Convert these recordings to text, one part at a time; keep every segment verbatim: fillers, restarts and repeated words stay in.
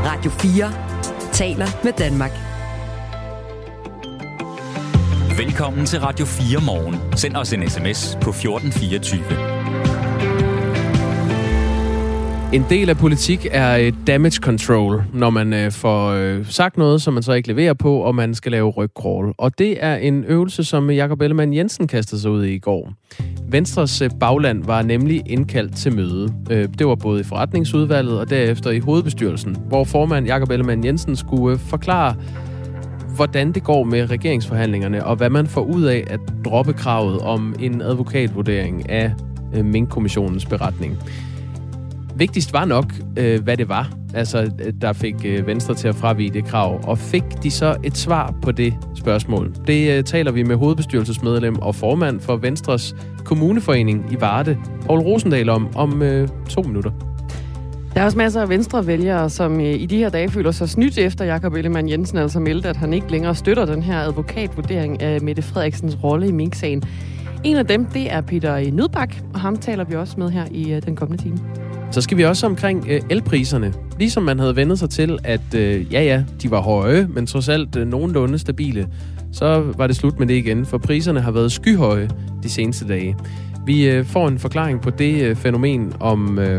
Radio fire taler med Danmark. Velkommen til Radio fire Morgen. Send os en sms på fjorten fireogtyve. En del af politik er damage control, når man øh, får øh, sagt noget, som man så ikke leverer på, og man skal lave rygcrawl. Og det er en øvelse, som Jakob Ellemann-Jensen kastede sig ud i i går. Venstres øh, bagland var nemlig indkaldt til møde. Øh, det var både i forretningsudvalget og derefter i hovedbestyrelsen, hvor formand Jakob Ellemann-Jensen skulle øh, forklare, hvordan det går med regeringsforhandlingerne, og hvad man får ud af at droppe kravet om en advokatvurdering af øh, Mink-kommissionens beretning. Vigtigst var nok, øh, hvad det var, altså, der fik øh, Venstre til at fravige det krav. Og fik de så et svar på det spørgsmål? Det øh, taler vi med hovedbestyrelsesmedlem og formand for Venstres kommuneforening i Varde, Poul Rosendahl, om, om øh, to minutter. Der er også masser af Venstre-vælgere, som øh, i de her dage føler sig snydt efter Jakob Ellemann-Jensen, altså meldte, at han ikke længere støtter den her advokatvurdering af Mette Frederiksens rolle i Mink-sagen. En af dem, det er Peter Nødbak, og ham taler vi også med her i øh, den kommende time. Så skal vi også omkring øh, elpriserne. Ligesom man havde vendt sig til, at øh, ja ja, de var høje, men trods alt øh, nogenlunde stabile, så var det slut med det igen, for priserne har været skyhøje de seneste dage. Vi øh, får en forklaring på det øh, fænomen om... Øh,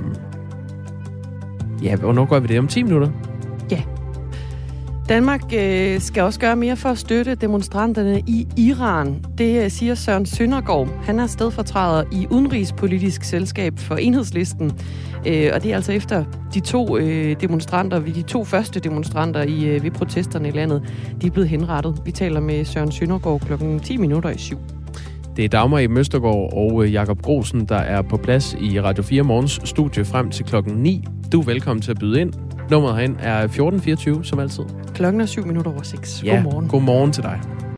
ja, hvornår gør vi det? Om ti minutter? Ja. Danmark øh, skal også gøre mere for at støtte demonstranterne i Iran. Det øh, siger Søren Søndergaard. Han er stedfortræder i Udenrigspolitisk Selskab for Enhedslisten. Øh, og det er altså efter de to øh, demonstranter, de to første demonstranter i, øh, ved protesterne i landet, de er blevet henrettet. Vi taler med Søren Søndergaard klokken ti minutter i syv. Det er Dagmar i Møstergaard og Jakob Grosen, der er på plads i Radio fire Morgens studie frem til klokken ni. Du er velkommen til at byde ind. Nummeret herinde er fjorten fireogtyve, som altid. Klokken er syv minutter over seks. Ja, godmorgen. Godmorgen til dig.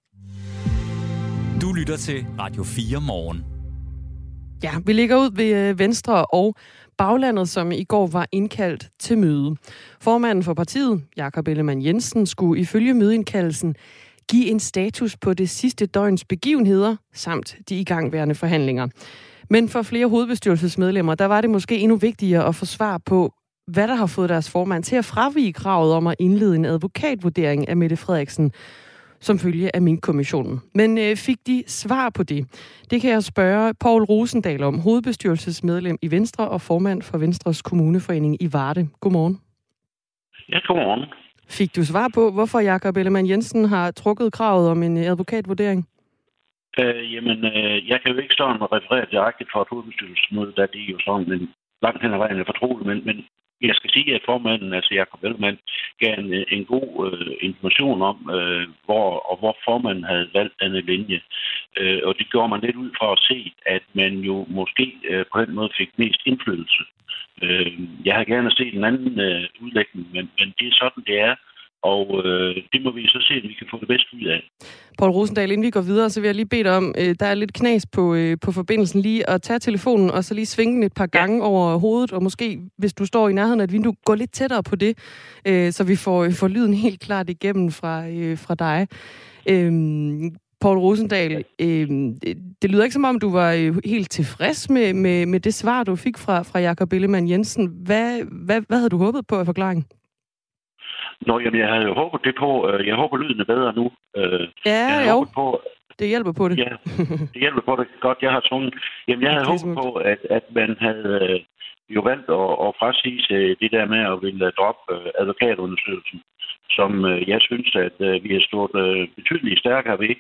Du lytter til Radio fire Morgen. Ja, vi ligger ud ved Venstre og baglandet, som i går var indkaldt til møde. Formanden for partiet, Jakob Ellemann-Jensen, skulle ifølge mødeindkaldelsen give en status på det sidste døgns begivenheder, samt de igangværende forhandlinger. Men for flere hovedbestyrelsesmedlemmer, der var det måske endnu vigtigere at få svar på, hvad der har fået deres formand til at fravige kravet om at indlede en advokatvurdering af Mette Frederiksen som følge af Mink-kommissionen. Men øh, fik de svar på det? Det kan jeg spørge Poul Rosendahl om, hovedbestyrelsesmedlem i Venstre og formand for Venstres kommuneforening i Varde. Godmorgen. Ja, godmorgen. Fik du svar på, hvorfor Jakob Ellemann-Jensen har trukket kravet om en advokatvurdering? Øh, jamen, øh, jeg kan jo ikke sådan referere direkte fra et hovedbestyrelsesmøde, da det er jo sådan en langt hen ad vejen er fortroligt, men, men jeg skal sige, at formanden, altså Jakob Ellemann, gav en, en god øh, information om, øh, hvor og hvor formanden havde valgt denne linje. Øh, og det gjorde man lidt ud for at se, at man jo måske øh, på den måde fik mest indflydelse. Øh, jeg havde gerne set en anden øh, udlægning, men, men det er sådan, det er. Og øh, det må vi så se, at vi kan få det bedst ud af. Poul Rosendahl, inden vi går videre, så vil jeg lige bede dig om, øh, der er lidt knas på, øh, på forbindelsen, lige at tage telefonen og så lige svinge den et par gange ja. over hovedet, og måske, hvis du står i nærheden af et vindue, gå lidt tættere på det, øh, så vi får, får lyden helt klart igennem fra, øh, fra dig. Øh, Poul Rosendahl, øh, det lyder ikke som om, du var øh, helt tilfreds med, med, med det svar, du fik fra, fra Jakob Ellemann-Jensen. Hvad, hvad, hvad havde du håbet på af forklaringen? Nå, jamen, jeg havde jo håbet det på. Jeg håber, lyden er bedre nu. Ja, jeg jo. På, det hjælper på det. Ja, det hjælper på det. Godt, jeg har tvunget. Jamen, jeg havde håbet på, at, at man havde jo valgt at, at frasige det der med at ville droppe advokatundersøgelsen, som jeg synes, at vi har stået betydeligt stærkere ved.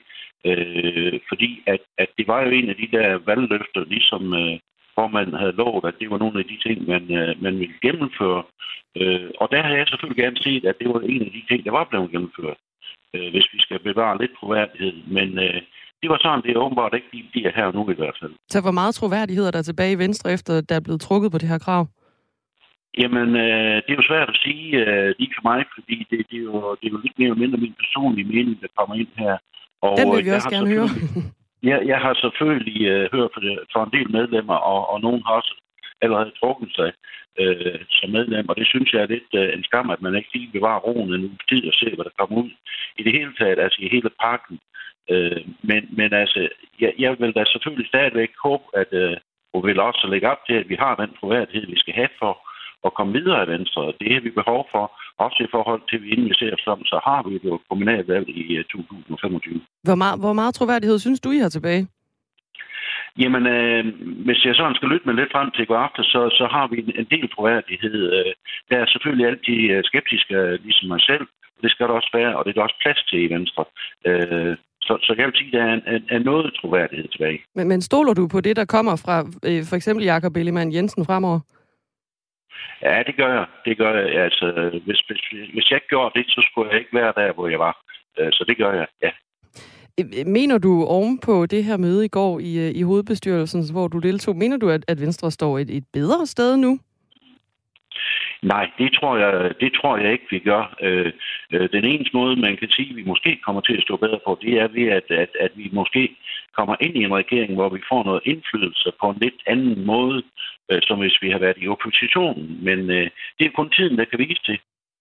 Fordi at, at det var jo en af de der valgløfter, ligesom formanden havde lovet, at det var nogle af de ting, man, man ville gennemføre. Øh, og der har jeg selvfølgelig gerne set, at det var en af de ting, der var blevet gennemført, øh, hvis vi skal bevare lidt troværdighed. Men øh, det var sådan, det er åbenbart ikke de, de er her nu i hvert fald. Så hvor meget troværdighed er der tilbage i Venstre, efter der er blevet trukket på det her krav? Jamen, øh, det er jo svært at sige øh, lige for mig, fordi det, det, er jo, det er jo lidt mere eller mindre min personlige mening, der kommer ind her. Og den vil vi også gerne høre. jeg, jeg har selvfølgelig øh, hørt fra en del medlemmer, og, og nogen har også allerede trukket sig øh, som medlem, og det synes jeg er lidt øh, en skam, at man ikke lige bevarer roen en uge tid og ser, hvad der kommer ud i det hele taget, altså i hele pakken. Øh, men, men altså, jeg, jeg vil da selvfølgelig stadigvæk håbe, at øh, og vil også lægge op til, at vi har den troværdighed, vi skal have for at at komme videre af Venstre. Det har vi behov for, også i forhold til, at vi inden vi ser sådan, så har vi jo kommunalvalg i to tusind femogtyve. Hvor meget, hvor meget troværdighed synes du, I har tilbage? Jamen, øh, hvis jeg sådan skal lytte med lidt frem til i går aften, så, så har vi en, en del troværdighed. Øh, der er selvfølgelig altid skeptiske, ligesom mig selv. Det skal der også være, og det er der også plads til i Venstre. Øh, så, så jeg vil sige, at der er, en, er noget troværdighed tilbage. Men, men stoler du på det, der kommer fra øh, for eksempel Jakob Ellemann-Jensen fremover? Ja, det gør jeg. Det gør jeg. Altså, hvis, hvis, hvis jeg ikke gjorde det, så skulle jeg ikke være der, hvor jeg var. Øh, så det gør jeg, ja. Mener du oven på det her møde i går i, i hovedbestyrelsen, hvor du deltog, mener du, at, at Venstre står et, et bedre sted nu? Nej, det tror jeg, det tror jeg ikke, vi gør. Øh, øh, den eneste måde, man kan sige, at vi måske kommer til at stå bedre på, det er ved, at, at, at vi måske kommer ind i en regering, hvor vi får noget indflydelse på en lidt anden måde, øh, som hvis vi har været i oppositionen. Men øh, det er kun tiden, der kan vise det.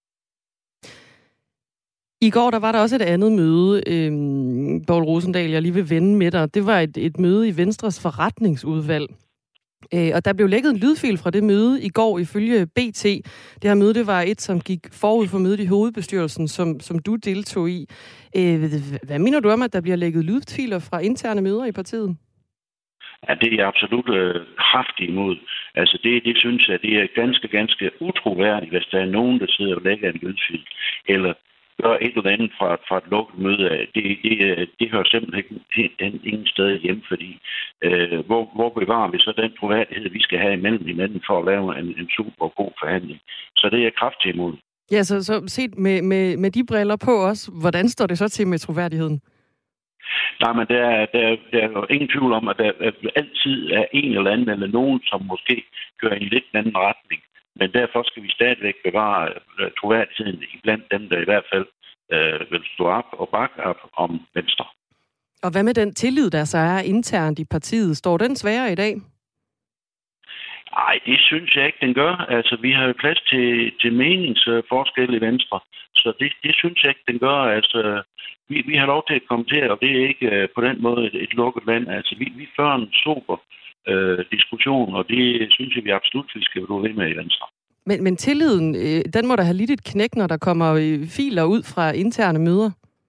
I går der var der også et andet møde, øhm, Poul Rosendahl, jeg lige vil vende med dig. Det var et, et møde i Venstres forretningsudvalg. Øh, og der blev lækket en lydfil fra det møde i går ifølge B T. Det her møde det var et, som gik forud for mødet i hovedbestyrelsen, som, som du deltog i. Øh, hvad mener du om, at der bliver lækket lydfiler fra interne møder i partiet? Ja, det er jeg absolut øh, kraftigt imod. Altså det, det synes jeg, det er ganske, ganske utroværdigt, hvis der er nogen, der sidder og lægger en lydfil, eller gør et eller andet fra, fra et lukket møde af. Det, det, det hører simpelthen ingen sted hjem, fordi øh, hvor, hvor bevarer vi så den troværdighed, vi skal have imellem hinanden for at lave en, en super god forhandling. Så det er jeg kraftigt imod. Ja, så, så set med, med, med de briller på også, hvordan står det så til med troværdigheden? Nej, men der er, der, der er jo ingen tvivl om, at der altid er en eller anden eller nogen, som måske kører i en lidt anden retning. Men derfor skal vi stadigvæk bevare troværdigheden blandt dem, der i hvert fald øh, vil stå op og bakke op om Venstre. Og hvad med den tillid, der så er internt i partiet? Står den sværere i dag? Nej, det synes jeg ikke, den gør. Altså, vi har jo plads til, til meningsforskelle i Venstre, så det, det synes jeg ikke, den gør. Altså, vi, vi har lov til at kommentere, og det er ikke uh, på den måde et, et lukket land. Altså, vi, vi fører en super uh, diskussion, og det synes jeg, vi absolut vi skal blive ved med i Venstre. Men, men tilliden, øh, den må da have lidt et knæk, når der kommer øh, filer ud fra interne møder?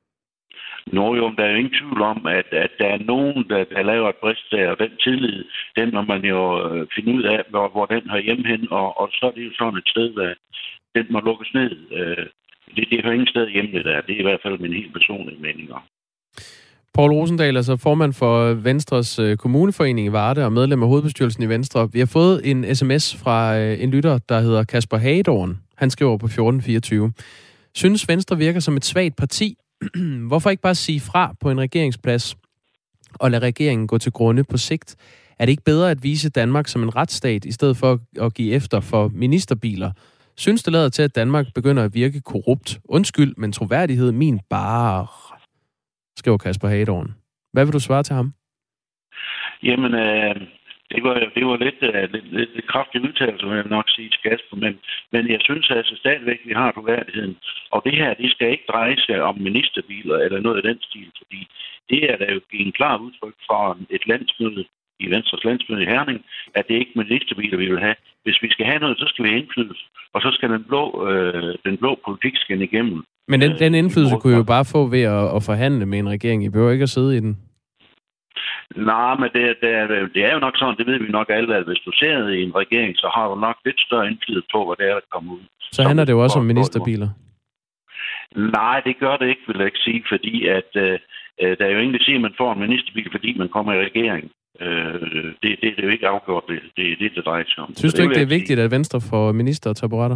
Nå jo, der er jo ingen tvivl om, at, at der er nogen, der, der laver et brist der, og den tillid, den må man jo øh, finde ud af, hvor, hvor den hører hjemme hen, og, og så er det jo sådan et sted, der den må lukkes ned. Øh, det, det hører ingen sted hjemme, det der. Det er i hvert fald min helt personlige mening om. Poul Rosendahl, altså formand for Venstres kommuneforening i Varde og medlem af hovedbestyrelsen i Venstre. Vi har fået en sms fra en lytter, der hedder Kasper Hagedorn. Han skriver på fjorten fireogtyve. Synes Venstre virker som et svagt parti? Hvorfor ikke bare sige fra på en regeringsplads og lade regeringen gå til grunde på sigt? Er det ikke bedre at vise Danmark som en retsstat, i stedet for at give efter for ministerbiler? Synes det lader til, at Danmark begynder at virke korrupt? Undskyld, men troværdighed min bare... skriver Kasper Hagedorn. Hvad vil du svare til ham? Jamen, øh, det var, det var lidt, uh, lidt, lidt, lidt kraftigt udtalelse, vil jeg nok sige til Kasper, men, men jeg synes altså stadigvæk, at vi har troværdigheden. Og det her, det skal ikke dreje sig om ministerbiler eller noget af den stil, fordi det er der jo en klar udtryk fra et landsmøde i Venstres landsmøde i Herning, at det er ikke ministerbiler, vi vil have. Hvis vi skal have noget, så skal vi have indflydelse, og så skal den blå, øh, den blå politik skinne igennem. Men den, den indflydelse kunne I jo bare få ved at, at forhandle med en regering. I behøver ikke at sidde i den. Nej, men det, det, er, det er jo nok sådan, det ved vi nok alle, at hvis du sidder i en regering, så har du nok lidt større indflydelse på, hvad det er, der kommer ud. Så handler det jo også om ministerbiler? Nej, det gør det ikke, vil jeg ikke sige, fordi at øh, der er jo ingen, der siger, at man får en ministerbil, fordi man kommer i regering. Øh, det, det, det er jo ikke afgjort, det, det er det, der drejer sig om. Synes du ikke, det er vigtigt, at Venstre får ministertaburetter?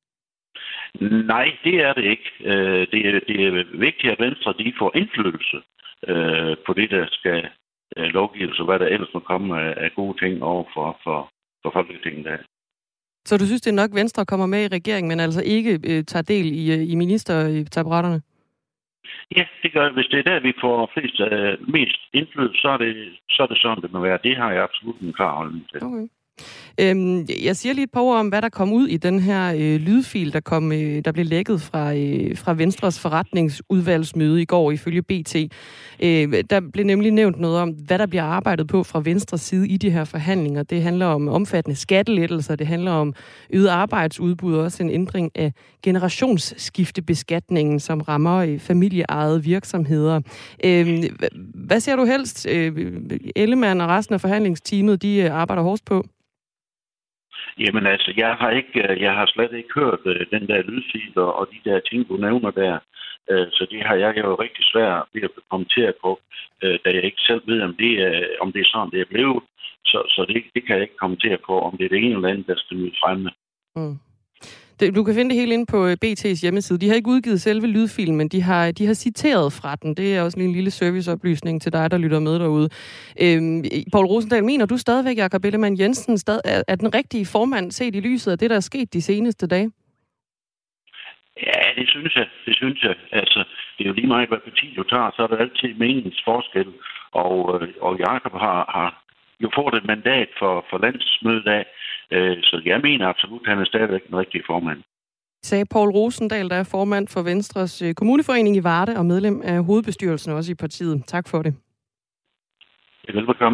Nej, det er det ikke. Øh, det, er, det er vigtigt, at Venstre de får indflydelse øh, på det, der skal øh, lovgives, og hvad der ellers må komme af, af gode ting over for, for, for Folketinget. Der. Så du synes, det er nok, Venstre kommer med i regeringen, men altså ikke øh, tager del i, i ministertaburetterne? Ja, det gør det. Hvis det er der, vi får flest, øh, mest indflydelse, så er, det, så er det sådan, det må være. Det har jeg absolut en klar holdning til. Okay. Øhm, jeg siger lige et par ord om, hvad der kom ud i den her øh, lydfil, der, kom, øh, der blev lækket fra, øh, fra Venstres forretningsudvalgsmøde i går, ifølge B T. Øh, der blev nemlig nævnt noget om, hvad der bliver arbejdet på fra Venstres side i de her forhandlinger. Det handler om omfattende skattelettelser, det handler om øget arbejdsudbud, og også en ændring af generationsskiftebeskatningen, som rammer øh, familieejede virksomheder. Øh, hvad ser du helst? Øh, Ellemann og resten af forhandlingsteamet, de øh, arbejder hårdest på? Jamen altså, jeg har ikke, jeg har slet ikke hørt uh, den der lydfil og, og de der ting, du nævner der. Uh, så det har jeg jo rigtig svært ved at kommentere på, uh, da jeg ikke selv ved, om det, uh, om det er sådan, det er blevet. Så, så det, det kan jeg ikke kommentere på, om det er det ene eller andet, der skal møde fremme. Mm. Du kan finde det hele inde på B T's hjemmeside. De har ikke udgivet selve lydfilen, men de har, de har citeret fra den. Det er også en lille serviceoplysning til dig, der lytter med derude. Øhm, Poul Rosendahl, mener du stadigvæk, Jakob Ellemann-Jensen stad, er, er den rigtige formand set i lyset af det, der er sket de seneste dage? Ja, det synes jeg. Det synes jeg. Altså, det er jo lige meget, hvad parti du tager, så er der altid meningsforskel. Og, og Jakob har, har jo fået et mandat for, for landsmødet af. Så jeg mener absolut, at han er stadigvæk den rigtige formand. Sagde Poul Rosendahl, der er formand for Venstres kommuneforening i Varde og medlem af hovedbestyrelsen også i partiet. Tak for det. Velbekomme.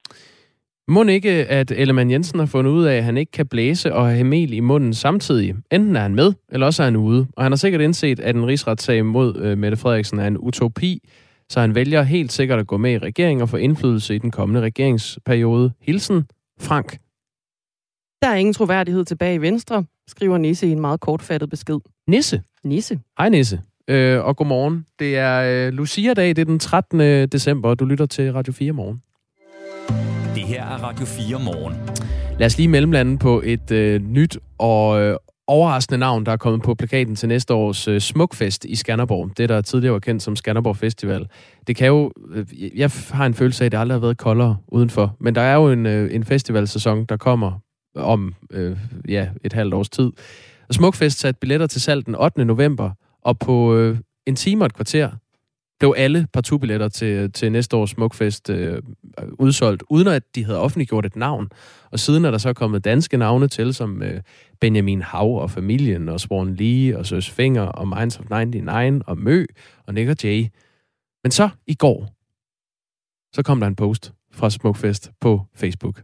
Må ikke, at Ellemann-Jensen har fundet ud af, at han ikke kan blæse og have mel i munden samtidig. Enten er han med, eller også er han ude. Og han har sikkert indset, at en rigsretssag mod øh, Mette Frederiksen er en utopi, så han vælger helt sikkert at gå med i regeringen og få indflydelse i den kommende regeringsperiode. Hilsen, Frank. Der er ingen troværdighed tilbage i Venstre, skriver Nisse i en meget kortfattet besked. Nisse? Nisse. Hej Nisse, øh, og godmorgen. Det er øh, Lucia-dag, det er den trettende december, og du lytter til Radio fire Morgen. Det her er Radio fire Morgen. Lad os lige mellemlande på et øh, nyt og øh, overraskende navn, der er kommet på plakaten til næste års øh, Smukfest i Skanderborg. Det, der tidligere var kendt som Skanderborg Festival. Det kan jo... Øh, jeg har en følelse af, at det aldrig har været koldere udenfor. Men der er jo en, øh, en festivalsæson, der kommer om øh, ja, et halvt års tid. Og Smukfest satte billetter til salg den ottende november, og på øh, en time og et kvarter blev alle partubilletter til, til næste års Smukfest øh, udsolgt, uden at de havde offentliggjort et navn. Og siden er der så kommet danske navne til, som øh, Benjamin Hav og Familien, og Sworn Lee, og Søs Finger, og Minds of nioghalvfems, og Mø, og Nick og Jay. Men så i går, så kom der en post fra Smukfest på Facebook.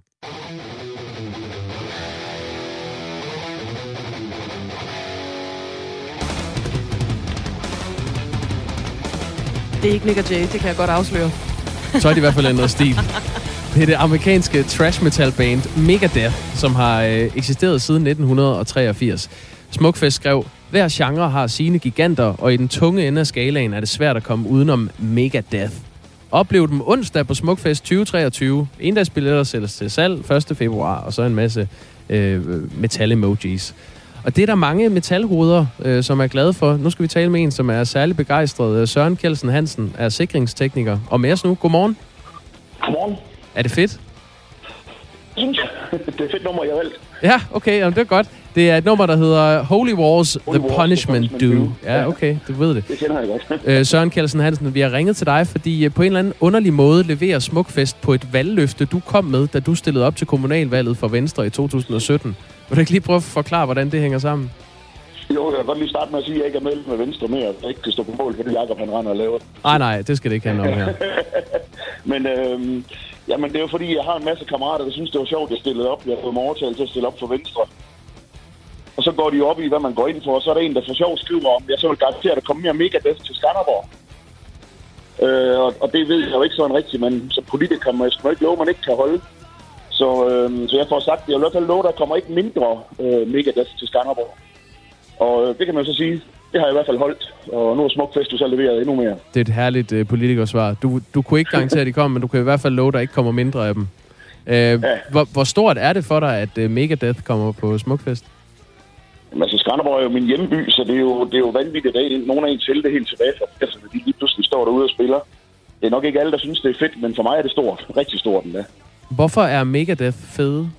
Det er ikke Nick og Jay, det kan jeg godt afsløre. Så er det i hvert fald noget stil. Det er det amerikanske thrash metal band Megadeth, som har øh, eksisteret siden nitten treogfirs. Smukfest skrev, hver genre har sine giganter, og i den tunge ende af skalaen er det svært at komme udenom Megadeth. Oplev dem onsdag på Smukfest tyve treogtyve. Endagsbilletter sælges til salg første februar, og så en masse øh, metal-emojis. Og det er der mange metalhoveder, øh, som er glade for. Nu skal vi tale med en, som er særlig begejstret. Søren Kjeldsen Hansen er sikringstekniker. Og med os nu. Godmorgen. Godmorgen. Er det fedt? Synes jeg. Det er et fedt nummer, jeg har valgt. Ja, okay. Jamen, det er godt. Det er et nummer, der hedder Holy Wars, Holy The Wars, Punishment, The Punishment Do. Ja, okay. Du ved det. Det kender jeg godt. øh, Søren Kjeldsen Hansen, vi har ringet til dig, fordi på en eller anden underlig måde leverer Smukfest på et valgløfte, du kom med, da du stillede op til kommunalvalget for Venstre i to tusind og sytten. Vil du ikke lige prøve at forklare, hvordan det hænger sammen? Jo, jeg kan godt lige starte med at sige, at jeg ikke er medlem med Venstre mere, og ikke kan stå på mål for det, Jakob han render og laver. Nej, nej, det skal det ikke handle om her. Men øhm, jamen, det er jo fordi, jeg har en masse kammerater, der synes, det var sjovt, at jeg stillede op. Jeg har fået mig overtalt til at stille op for Venstre. Og så går de op i, hvad man går ind for, og så er der en, der for sjov skriver om, jeg så vil garantere, at der kommer mere Megadeth til Skanderborg. Øh, og, og det ved jeg jo ikke sådan rigtigt, men som politiker må jeg ikke love, man ikke kan holde. Så, øh, så jeg får sagt, at jeg vil i hvert fald love, der kommer ikke mindre øh, Megadeth til Skanderborg. Og øh, det kan man så sige, det har jeg i hvert fald holdt. Og nu er Smukfest jo så leveret endnu mere. Det er et herligt øh, politikersvar. Du, du kunne ikke garantere, at de kommer, men du kan i hvert fald love, at der ikke kommer mindre af dem. Øh, ja. hvor, hvor stort er det for dig, at øh, Megadeth kommer på Smukfest? Jamen, altså Skanderborg er jo min hjemby, så det er jo, det er jo vanvittigt, at nogen af en til det helt tilbage fra, altså, de lige pludselig står derude og spiller. Det er nok ikke alle, der synes, det er fedt, men for mig er det stort. Rigtig stort endda. Hvorfor er Megadeth fede?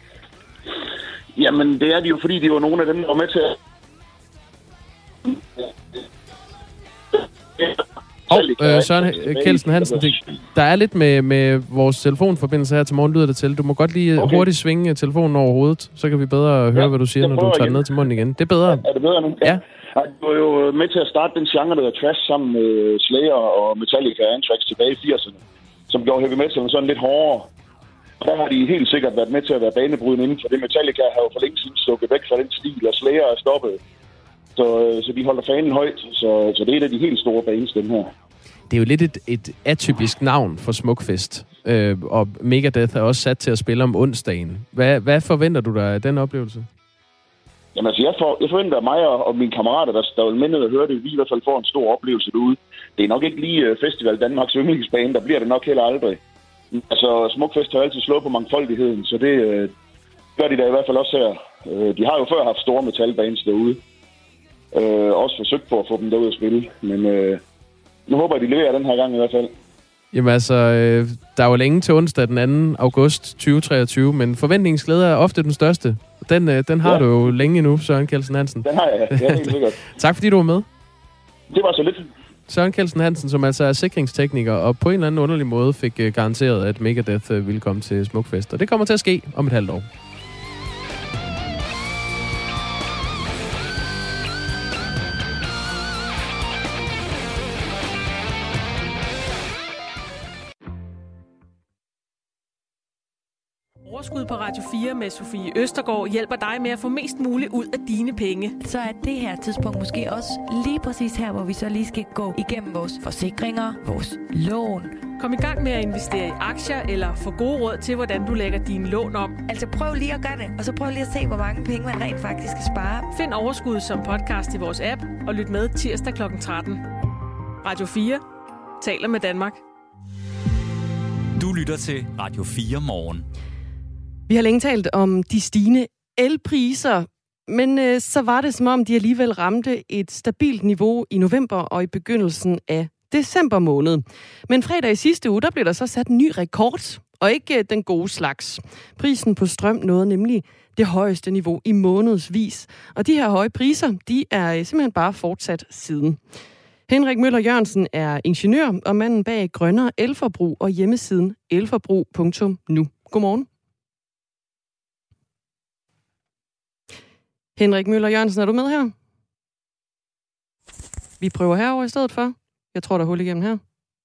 Jamen, det er de jo, fordi de er jo nogle af dem, der var med til at... Hov, øh, Søren Kjeldsen Hansen, det, der er lidt med, med vores telefonforbindelse her til morgen, lyder det til. Du må godt lige okay. hurtigt svinge telefonen over hovedet, så kan vi bedre høre, ja, hvad du siger, når du tager igen. den ned til munden igen. Det er bedre. Er, er det bedre nu? Ja. ja. Jeg var jo med til at starte den genre, der hedder thrash, sammen med Slayer og Metallica og Anthrax tilbage i firserne, som gjorde heavy metal sådan lidt hårdere. Der har de helt sikkert været med til at være banebrydende inden for det. Metallica har jo for længe siden stukket væk fra den stil, og Slayer er stoppet. Så, så de holder fanen højt, så, så det er et af de helt store bands, den her. Det er jo lidt et, et atypisk navn for Smukfest, øh, og Megadeth er også sat til at spille om onsdagen. Hvad, hvad forventer du dig af den oplevelse? Jamen altså, jeg, for, jeg forventer mig og, og mine kammerater, der, der vil med ned og høre det, vi i hvert fald får en stor oplevelse derude. Det er nok ikke lige Festival Danmarks yndlingsbane, der bliver det nok heller aldrig. Altså, Smukfest har altid slået på mangfoldigheden, så det øh, gør de da i hvert fald også her. Øh, de har jo før haft store metalbands derude. Øh, også forsøgt på at få dem derud at spille, men øh, nu håber jeg, de leverer den her gang i hvert fald. Jamen altså, øh, der er jo længe til onsdag den anden august tyve treogtyve, men forventningsglæde er ofte den største. Den, øh, den har ja. du jo længe nu, Søren Kjeldsen Hansen. Den har jeg, det er helt sikkert. Tak fordi du var med. Det var så lidt. Søren Kjeldsen Hansen, som altså er sikringstekniker, og på en eller anden underlig måde fik øh, garanteret, at Megadeth øh, ville komme til Smukfest. Og det kommer til at ske om et halvt år. Overskud på Radio fire med Sofie Østergaard hjælper dig med at få mest muligt ud af dine penge. Så er det her tidspunkt måske også lige præcis her, hvor vi så lige skal gå igennem vores forsikringer, vores lån. Kom i gang med at investere i aktier eller få gode råd til, hvordan du lægger dine lån om. Altså prøv lige at gøre det, og så prøv lige at se, hvor mange penge man rent faktisk skal spare. Find Overskud som podcast i vores app og lyt med tirsdag klokken tretten. Radio fire taler med Danmark. Du lytter til Radio fire morgen. Vi har længe talt om de stigende elpriser, men øh, så var det som om, de alligevel ramte et stabilt niveau i november og i begyndelsen af december måned. Men fredag i sidste uge, der blev der så sat en ny rekord, og ikke øh, den gode slags. Prisen på strøm nåede nemlig det højeste niveau i månedsvis, og de her høje priser, de er øh, simpelthen bare fortsat siden. Henrik Møller Jørgensen er ingeniør og manden bag Grønnere Elforbrug og hjemmesiden elforbrug punktum nu. Godmorgen. Henrik Møller Jørgensen, er du med her? Vi prøver herover i stedet for. Jeg tror, der er hul igennem her.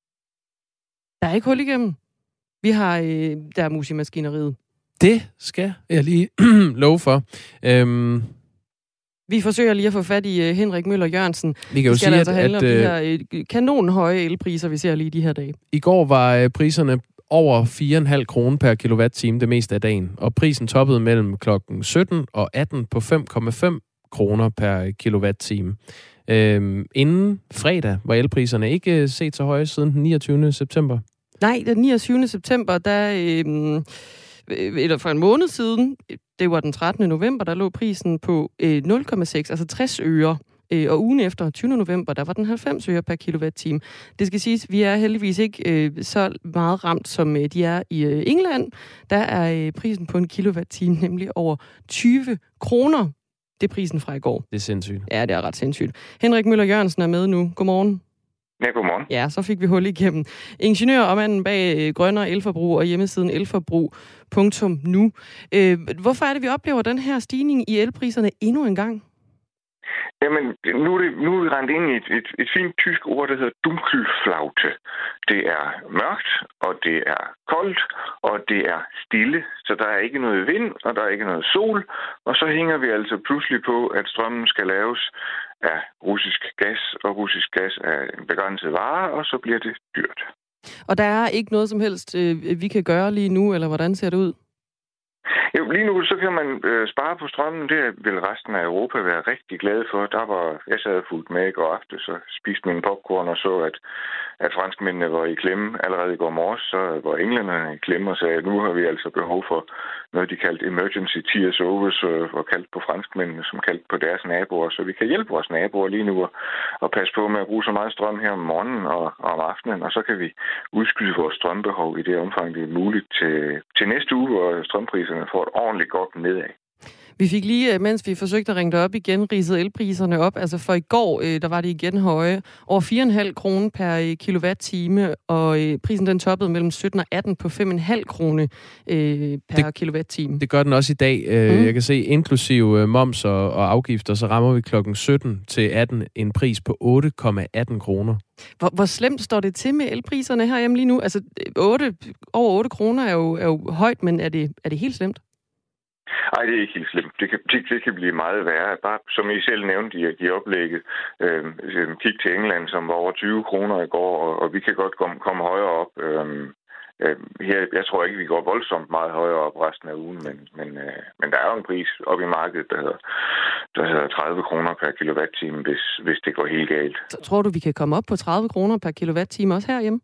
Der er ikke hul igennem. Vi har, øh, der er mus i maskineriet. Det skal jeg lige love for. Øhm... Vi forsøger lige at få fat i uh, Henrik Møller Jørgensen. Vi kan jo sige, altså at, handle at om de her øh, kanonhøje elpriser, vi ser lige de her dage. I går var øh, priserne over fire komma fem kroner per kilowatt-time det meste af dagen, og prisen toppede mellem klokken sytten og atten på fem komma fem kroner per kilowatt-time. Øhm, inden fredag var elpriserne ikke set så høje siden den niogtyvende september. Nej, den niogtyvende september, der, øh, eller for en måned siden, det var den trettende november, der lå prisen på øh, nul komma seks, altså tres øre. Og ugen efter, tyvende november, der var den halvfems øre per kilowatt-time. Det skal siges, vi er heldigvis ikke øh, så meget ramt, som øh, de er i øh, England. Der er øh, prisen på en kilowatt-time nemlig over tyve kroner. Det er prisen fra i går. Det er sindssygt. Ja, det er ret sindssygt. Henrik Møller Jørgensen er med nu. Godmorgen. Ja, godmorgen. Ja, så fik vi hul igennem. Ingeniør og manden bag øh, Grønnere Elforbrug og hjemmesiden elforbrug punktum nu. Øh, hvorfor er det, vi oplever den her stigning i elpriserne endnu en gang? Jamen, nu er, det, nu er vi rendt ind i et, et, et fint tysk ord, der hedder Dunkelflaute. Det er mørkt, og det er koldt, og det er stille. Så der er ikke noget vind, og der er ikke noget sol. Og så hænger vi altså pludselig på, at strømmen skal laves af russisk gas, og russisk gas er en begrænset vare, og så bliver det dyrt. Og der er ikke noget som helst, øh, vi kan gøre lige nu, eller hvordan ser det ud? Jo, lige nu så kan man øh, spare på strømmen. Det vil resten af Europa være rigtig glade for. Der var, jeg sad fuldt med i går aftes, så spiste min popcorn og så, at, at franskmændene var i klemme allerede i går morges. Så var englænderne i klemme og sagde, at nu har vi altså behov for noget, de kaldte emergency tears overs, og kaldt på franskmændene, som kaldte på deres naboer. Så vi kan hjælpe vores naboer lige nu og, og passe på med at bruge så meget strøm her om morgenen og, og om aftenen. Og så kan vi udskyde vores strømbehov i det omfang, det er muligt til, til næste uge, hvor strømpriserne får et ordentligt godt nedad. Vi fik lige, mens vi forsøgte at ringe dig op igen, ridset elpriserne op. Altså for i går, øh, der var det igen høje. Over fire komma fem kroner per kilowatt-time, og øh, prisen den toppede mellem sytten og atten på fem komma fem kroner øh, per det, kilowatt-time. Det gør den også i dag. Mm. Jeg kan se, inklusive moms og, og afgifter, så rammer vi klokken sytten til atten en pris på otte komma atten kroner. Hvor, hvor slemt står det til med elpriserne herhjemme lige nu? Altså otte, over otte kroner er jo, er jo højt, men er det, er det helt slemt? Nej, det er ikke helt slemt. Det kan, det, det kan blive meget værre. Bare som I selv nævnte i, i oplægget, øh, kig til England, som var over tyve kroner i går, og, og vi kan godt komme, komme højere op. Øh, øh, her, jeg tror ikke, vi går voldsomt meget højere op resten af ugen, men, men, øh, men der er jo en pris op i markedet, der hedder, der hedder tredive kroner per kilowatt-time, hvis, hvis det går helt galt. Så tror du, vi kan komme op på tredive kroner per kilowatt-time også herhjemme?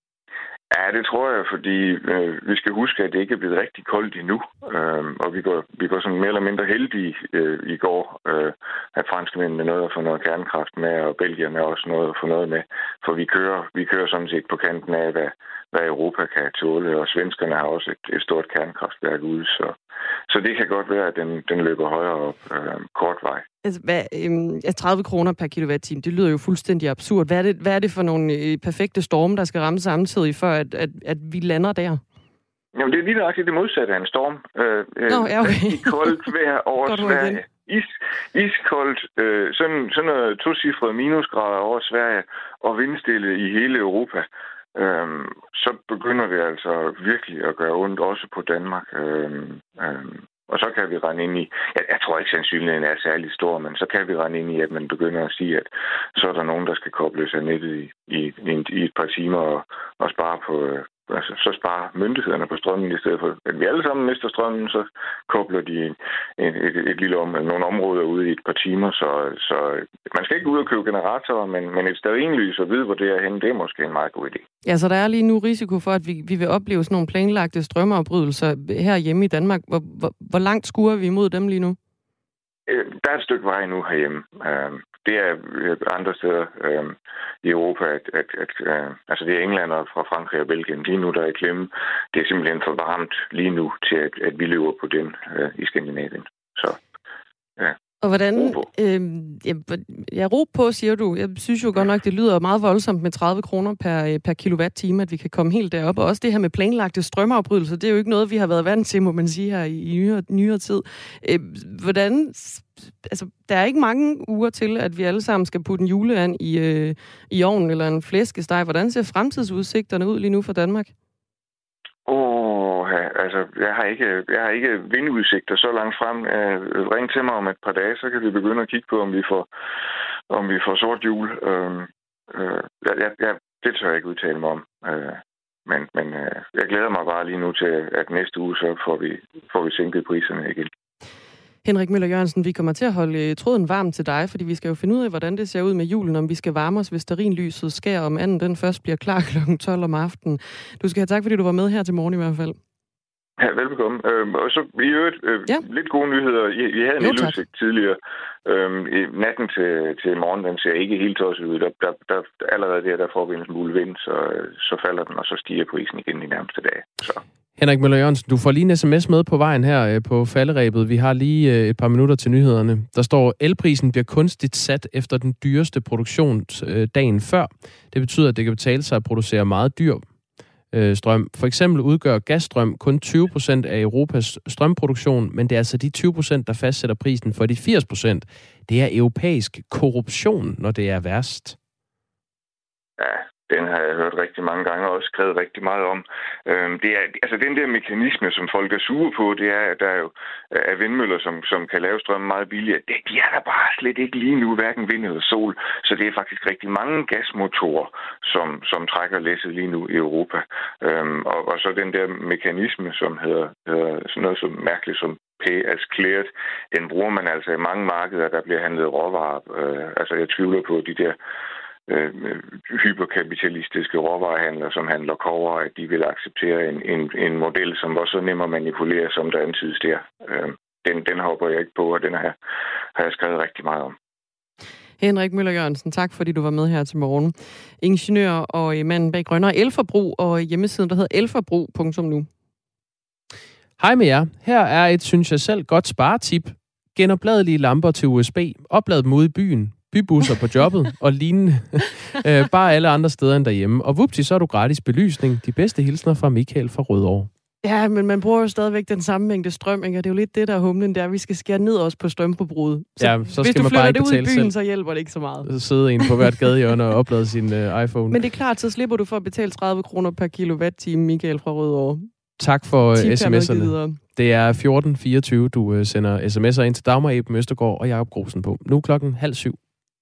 Ja, det tror jeg, fordi øh, vi skal huske, at det ikke er blevet rigtig koldt endnu. Øh, og vi går, vi går sådan mere eller mindre heldige øh, i går, øh, at franskmændene nåede at få noget kernekraft med, og belgierne også nåede at få noget med. For vi kører, vi kører sådan set på kanten af, hvad, hvad Europa kan tåle, og svenskerne har også et, et stort kernekraftværk ude. Så, så det kan godt være, at den, den løber højere op øh, kort vej. Altså, hvad, øhm, tredive kroner per kilowatt-time, det lyder jo fuldstændig absurd. Hvad er det, hvad er det for nogle øh, perfekte storme, der skal ramme samtidig, for at, at, at vi lander der? Jamen, det er lige nøjagtigt det modsatte af en storm. Øh, Nå, ja, okay. I koldt vejr over Sverige. Is, iskoldt, øh, sådan, sådan noget tocifrede minusgrader over Sverige, og vindstille i hele Europa. Øhm, så begynder det altså virkelig at gøre ondt, også på Danmark. Øhm, øhm, Og så kan vi rende ind i, jeg, jeg tror ikke sandsynligheden er særlig stor, men så kan vi rende ind i, at man begynder at sige, at så er der nogen, der skal koble sig nettet i, i, i et par timer og, og spare på, altså, så sparer myndighederne på strømmen i stedet for, at vi alle sammen mister strømmen, så kobler de et, et, et, et lille om, nogle områder ude i et par timer, så, så man skal ikke ud og købe generatorer, men, men et stearinlys og vide, hvor det er henne, det er måske en meget god idé. Ja, så der er lige nu risiko for, at vi, vi vil opleve sådan nogle planlagte strømafbrydelser herhjemme i Danmark. Hvor, hvor, hvor langt skuer vi imod dem lige nu? Der er et stykke vej nu herhjemme. Det er andre steder i Europa, at, at, at altså det er England og fra Frankrig og Belgien lige nu, der er i klemme. Det er simpelthen for varmt lige nu til, at, at vi lever på den i Skandinavien. Så ja. Og hvordan... Øh, ja, ja, ro på, siger du. Jeg synes jo godt nok, det lyder meget voldsomt med tredive kroner per, per kilowatt-time, at vi kan komme helt derop. Og også det her med planlagte strømafbrydelser, det er jo ikke noget, vi har været vant til, må man sige, her i, i nyere, nyere tid. Øh, hvordan... Altså, der er ikke mange uger til, at vi alle sammen skal putte en juleand i, øh, i ovnen eller en flæskesteg. Hvordan ser fremtidsudsigterne ud lige nu for Danmark? Åh, oh, altså, jeg har ikke, jeg har ikke vindudsigter så langt frem. Uh, ring til mig om et par dage, så kan vi begynde at kigge på, om vi får, om vi får sort jul. Uh, uh, jeg, jeg, det tør jeg ikke udtale mig om. Uh, men men uh, jeg glæder mig bare lige nu til, at næste uge, så får vi, får vi sænket priserne igen. Henrik Møller Jørgensen, vi kommer til at holde tråden varm til dig, fordi vi skal jo finde ud af, hvordan det ser ud med julen, om vi skal varme os, hvis stearinlyset skærer, om anden den først bliver klar klokken tolv om aftenen. Du skal have tak, fordi du var med her til morgen i hvert fald. Ja, velbekomme. Øhm, og så i øvrigt øh, ja. lidt gode nyheder. I, I havde en lille udsigt tidligere. Øhm, i natten til, til morgen, den ser ikke helt tosset ud. Der, der, der, allerede der, der får vi en smule vind, så, så falder den, og så stiger prisen igen de nærmeste dage. Så. Henrik Møller Jørgensen, du får lige en sms med på vejen her på falderæbet. Vi har lige et par minutter til nyhederne. Der står, elprisen bliver kunstigt sat efter den dyreste produktion dagen før. Det betyder, at det kan betale sig at producere meget dyr strøm. For eksempel udgør gasstrøm kun tyve procent af Europas strømproduktion, men det er altså de tyve procent, der fastsætter prisen for de firs procent. Det er europæisk korruption, når det er værst. Ja, den har jeg hørt rigtig mange gange og også skrevet rigtig meget om. Øhm, det er, altså den der mekanisme, som folk er sure på, det er, at der er jo er vindmøller, som, som kan lave strøm meget billigere. Det, de er der bare slet ikke lige nu, hverken vind eller sol. Så det er faktisk rigtig mange gasmotorer, som, som trækker læsset lige nu i Europa. Øhm, og, og så den der mekanisme, som hedder, hedder sådan noget så mærkeligt som pay as cleared, den bruger man altså i mange markeder, der bliver handlet råvarer. Øh, altså jeg tvivler på de der Øh, hyperkapitalistiske råvarehandler, som handler kobber, at de vil acceptere en, en, en model, som var så nem at manipulere, som der antydes der. Øh, den, den hopper jeg ikke på, og den har, har jeg skrevet rigtig meget om. Henrik Møller Jørgensen, tak fordi du var med her til morgen. Ingeniør og manden bag Grønnere Elforbrug og hjemmesiden, der hedder elforbrug punktum nu. Hej med jer. Her er et, synes jeg selv, godt sparetip. genopladelige lamper til U S B, oplad dem ude i byen, bybusser på jobbet og lignende. øh, bare alle andre steder end derhjemme. Og vupti, så er du gratis belysning. De bedste hilsner fra Michael fra Rødovre. Ja, men man bruger jo stadigvæk den samme mængde strøm, ikke? Og det er jo lidt det, der er humlen, der vi skal skære ned også på strømforbruget. Så, ja, så hvis skal du man flytter bare det ud i byen, selv. så hjælper det ikke så meget. Så sidder en på hvert gadehjørne og oplade sin uh, iPhone. Men det er klart, så slipper du for at betale tredive kroner per kilowatt-time, Michael fra Rødovre. Tak for uh, sms'erne. Det er fjorten fireogtyve, du uh, sender sms'er ind til Dagmar Eben Østergaard og Jakob Grosen på. Nu klokken halv syv.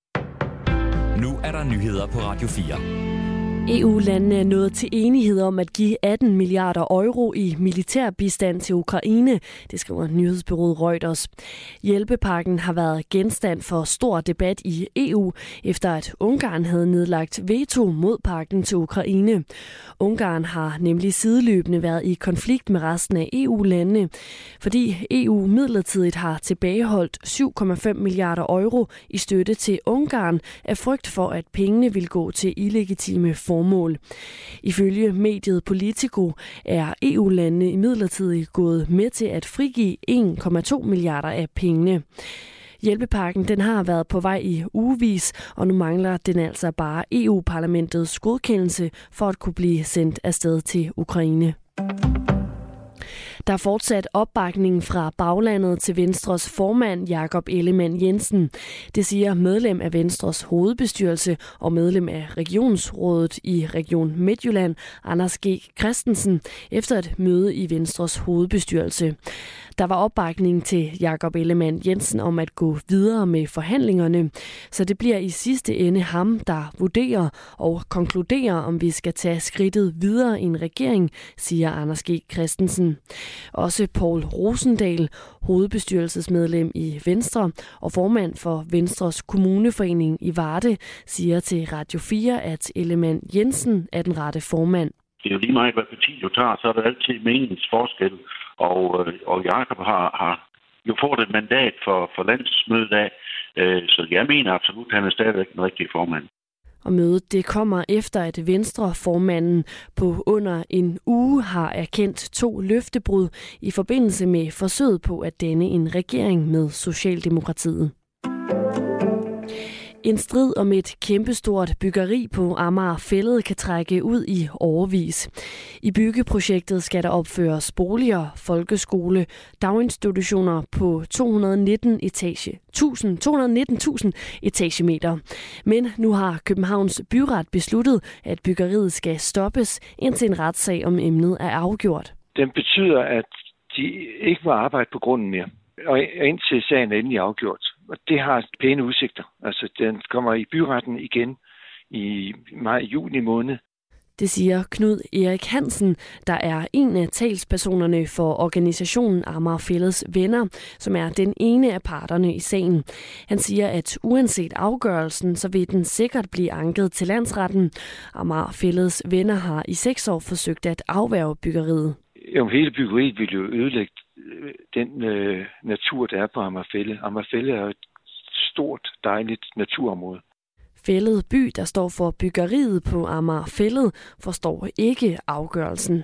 Nu er der nyheder på Radio fire. E U-landene er nået til enighed om at give atten milliarder euro i militærbistand til Ukraine, det skriver nyhedsbureauet Reuters. Hjælpepakken har været genstand for stor debat i E U, efter at Ungarn havde nedlagt veto mod pakken til Ukraine. Ungarn har nemlig sideløbende været i konflikt med resten af E U-landene, fordi E U midlertidigt har tilbageholdt syv komma fem milliarder euro i støtte til Ungarn af frygt for, at pengene vil gå til illegitime formål. Ifølge mediet Politico er E U-landene imidlertid gået med til at frigive en komma to milliarder af pengene. Hjælpepakken den har været på vej i ugevis, og nu mangler den altså bare E U-parlamentets godkendelse for at kunne blive sendt afsted til Ukraine. Der er fortsat opbakning fra baglandet til Venstres formand Jakob Ellemann-Jensen. Det siger medlem af Venstres hovedbestyrelse og medlem af regionsrådet i Region Midtjylland, Anders G. Christensen, efter et møde i Venstres hovedbestyrelse. Der var opbakning til Jakob Ellemann-Jensen om at gå videre med forhandlingerne, så det bliver i sidste ende ham, der vurderer og konkluderer, om vi skal tage skridtet videre i en regering, siger Anders G. Christensen. Også Poul Rosendal, hovedbestyrelsesmedlem i Venstre og formand for Venstres kommuneforening i Varde, siger til Radio fire, at Ellemann-Jensen er den rette formand. Det er jo lige meget, hvad parti du tager, så er der altid meningsforskel. Og, og Jakob har, har jo fået et mandat for, for landsmødet af, så jeg mener absolut, at han er stadigvæk den rigtige formand. Og mødet det kommer efter, at Venstre-formanden på under en uge har erkendt to løftebrud i forbindelse med forsøget på at danne en regering med Socialdemokratiet. En strid om et kæmpestort byggeri på Amager Fælled kan trække ud i årevis. I byggeprojektet skal der opføres boliger, folkeskole, daginstitutioner på to hundrede nitten etage, to hundrede nitten tusind etagemeter. Men nu har Københavns byret besluttet, at byggeriet skal stoppes, indtil en retssag om emnet er afgjort. Den betyder, at de ikke må arbejde på grunden mere, og indtil sagen er endelig afgjort. Og det har pæne udsigter. Altså, den kommer i byretten igen i maj-juni måned. Det siger Knud Erik Hansen, der er en af talspersonerne for organisationen Amager Fælleds Venner, som er den ene af parterne i sagen. Han siger, at uanset afgørelsen, så vil den sikkert blive anket til landsretten. Amager Fælleds Venner har i seks år forsøgt at afværge byggeriet. Jo, hele byggeriet vil jo ødelægge den øh, natur, der er på Amager Fælled. Amager Fælled er et stort, dejligt naturområde. Fælled by, der står for byggeriet på Amager Fælled, forstår ikke afgørelsen.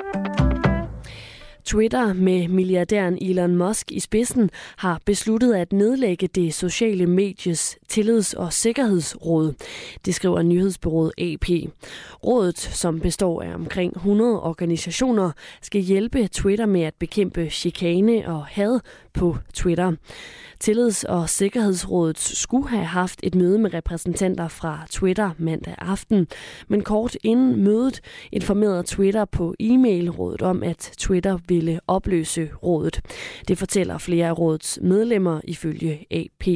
Twitter med milliardæren Elon Musk i spidsen har besluttet at nedlægge det sociale medies tillids- og sikkerhedsråd. Det skriver nyhedsbureauet A P. Rådet, som består af omkring hundrede organisationer, skal hjælpe Twitter med at bekæmpe chikane og had på Twitter. Tillids- og Sikkerhedsrådet skulle have haft et møde med repræsentanter fra Twitter mandag aften, men kort inden mødet informerede Twitter på e-mailrådet om, at Twitter ville opløse rådet. Det fortæller flere af rådets medlemmer ifølge A P.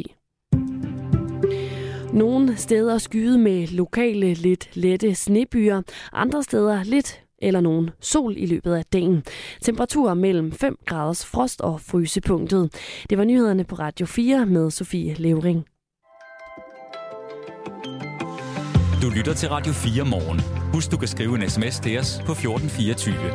Nogle steder skyde med lokale lidt lette snebyer, andre steder lidt eller nogen sol i løbet af dagen. Temperaturer mellem fem graders frost og frysepunktet. Det var nyhederne på Radio fire med Sofie Levering. Du lytter til Radio fire morgen. Husk, du kan skrive en sms til os på fjorten fireogtyve.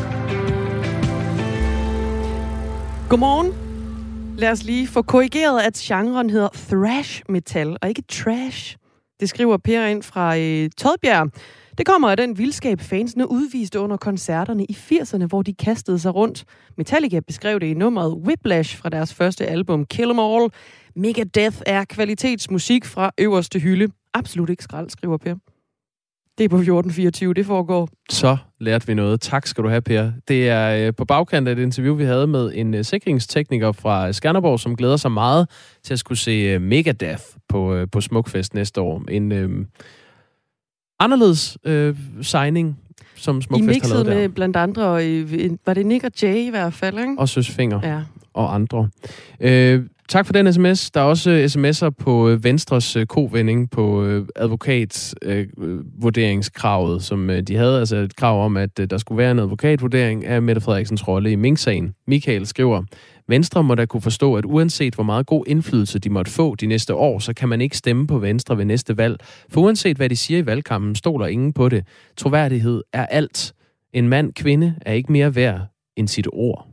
Godmorgen. Lad os lige få korrigeret, at genren hedder thrash metal og ikke trash. Det skriver Per ind fra øh, Todbjerg. Det kommer af den vildskab, fansene udviste under koncerterne i firserne, hvor de kastede sig rundt. Metallica beskrev det i nummeret Whiplash fra deres første album Kill 'Em All. Megadeth er kvalitetsmusik fra øverste hylde. Absolut ikke skrald, skriver Per. Det er på fjorten fireogtyve, det foregår. Så lærte vi noget. Tak skal du have, Per. Det er på bagkant af et interview, vi havde med en sikringstekniker fra Skanderborg, som glæder sig meget til at skulle se Megadeth på, på Smukfest næste år. En øh, anderledes øh, signing, som Smukfest har lavet der. I med blandt andre, øh, var det Nick og Jay i hvert fald, ikke? Og Søs Finger ja. Og andre. Øh, Tak for den sms. Der er også sms'er på Venstres kovending på advokatvurderingskravet, som de havde. Altså et krav om, at der skulle være en advokatvurdering af Mette Frederiksens rolle i Mink-sagen. Michael skriver, Venstre må da kunne forstå, at uanset hvor meget god indflydelse de måtte få de næste år, så kan man ikke stemme på Venstre ved næste valg. For uanset hvad de siger i valgkampen, stoler ingen på det. Troværdighed er alt. En mand, kvinde er ikke mere værd end sit ord.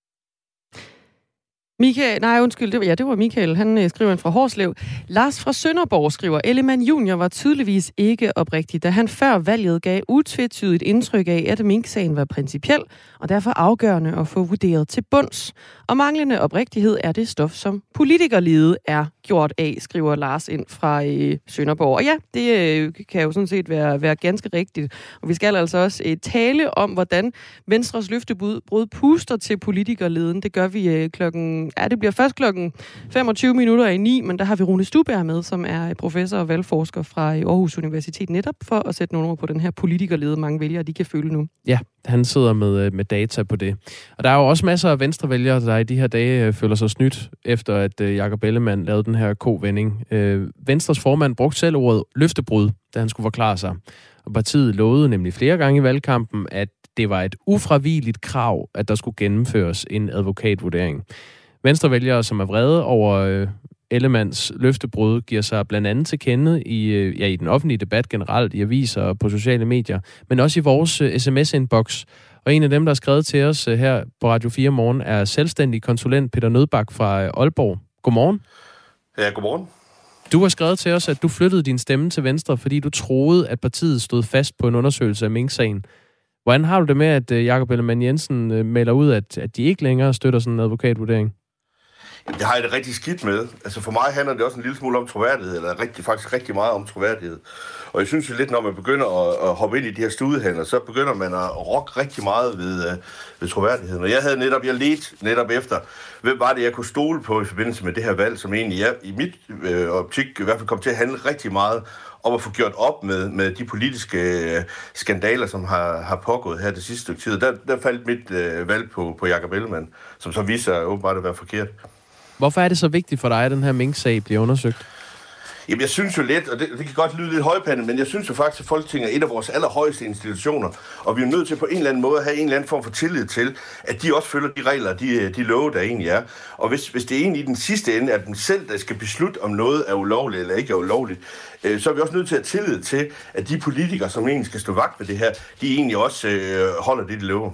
Michael, nej undskyld, det var, ja, det var Michael, han øh, skriver fra Hårslev. Lars fra Sønderborg skriver, Ellemann junior var tydeligvis ikke oprigtig, da han før valget gav utvetydigt indtryk af, at Mink-sagen var principiel, og derfor afgørende at få vurderet til bunds. Og manglende oprigtighed er det stof, som politikerlivet er gjort af, skriver Lars ind fra øh, Sønderborg. Og ja, det øh, kan jo sådan set være, være ganske rigtigt. Og vi skal altså også øh, tale om, hvordan Venstres løftebrud puster til politikerleden. Det gør vi øh, klokken... Ja, det bliver først klokken femogtyve minutter i ni, men der har vi Rune Stuberg med, som er professor og valgforsker fra Aarhus Universitet, netop for at sætte nogle ord på den her politikerlede, mange vælgere, de kan føle nu. Ja, han sidder med, med data på det. Og der er jo også masser af venstrevælgere, der i de her dage føler sig snydt, efter at Jakob Ellemann lavede den her kovending. Venstres formand brugte selv ordet løftebrud, da han skulle forklare sig. Og partiet lovede nemlig flere gange i valgkampen, at det var et ufravigeligt krav, at der skulle gennemføres en advokatvurdering. Venstrevælgere, som er vrede over øh, Ellemanns løftebrud, giver sig blandt andet til kende i, øh, ja, i den offentlige debat generelt, i aviser og på sociale medier, men også i vores øh, sms-inbox. Og en af dem, der har skrevet til os øh, her på Radio fire Morgen, er selvstændig konsulent Peter Nødbak fra øh, Aalborg. Godmorgen. Ja, godmorgen. Du har skrevet til os, at du flyttede din stemme til Venstre, fordi du troede, at partiet stod fast på en undersøgelse af Mink-sagen. Hvordan har du det med, at øh, Jakob Ellemann Jensen øh, melder ud, at, at de ikke længere støtter sådan en advokatvurdering? Det har jeg det rigtig skidt med. Altså for mig handler det også en lille smule om troværdighed, eller rigtig, faktisk rigtig meget om troværdighed. Og jeg synes jo lidt, når man begynder at, at hoppe ind i de her studehandler, så begynder man at rokke rigtig meget ved, uh, ved troværdigheden. Og jeg havde netop, jeg ledte netop efter, hvem var det, jeg kunne stole på i forbindelse med det her valg, som egentlig jeg, i mit øh, optik i hvert fald kom til at handle rigtig meget om at få gjort op med, med de politiske øh, skandaler, som har, har pågået her det sidste stykke tid. Der, der faldt mit øh, valg på, på Jakob Ellemann, som så viser sig åbenbart at være forkert. Hvorfor er det så vigtigt for dig, at den her Mink-sag bliver undersøgt? Jamen, jeg synes jo lidt, og det, det kan godt lyde lidt højpandet, men jeg synes jo faktisk, at Folketinget er et af vores allerhøjeste institutioner, og vi er nødt til på en eller anden måde at have en eller anden form for tillid til, at de også følger de regler, de, de love, der egentlig er. Og hvis, hvis det egentlig i den sidste ende er dem selv, der skal beslutte, om noget er ulovligt eller ikke er ulovligt, øh, så er vi også nødt til at have tillid til, at de politikere, som egentlig skal stå vagt ved det her, de egentlig også øh, holder det, de lover.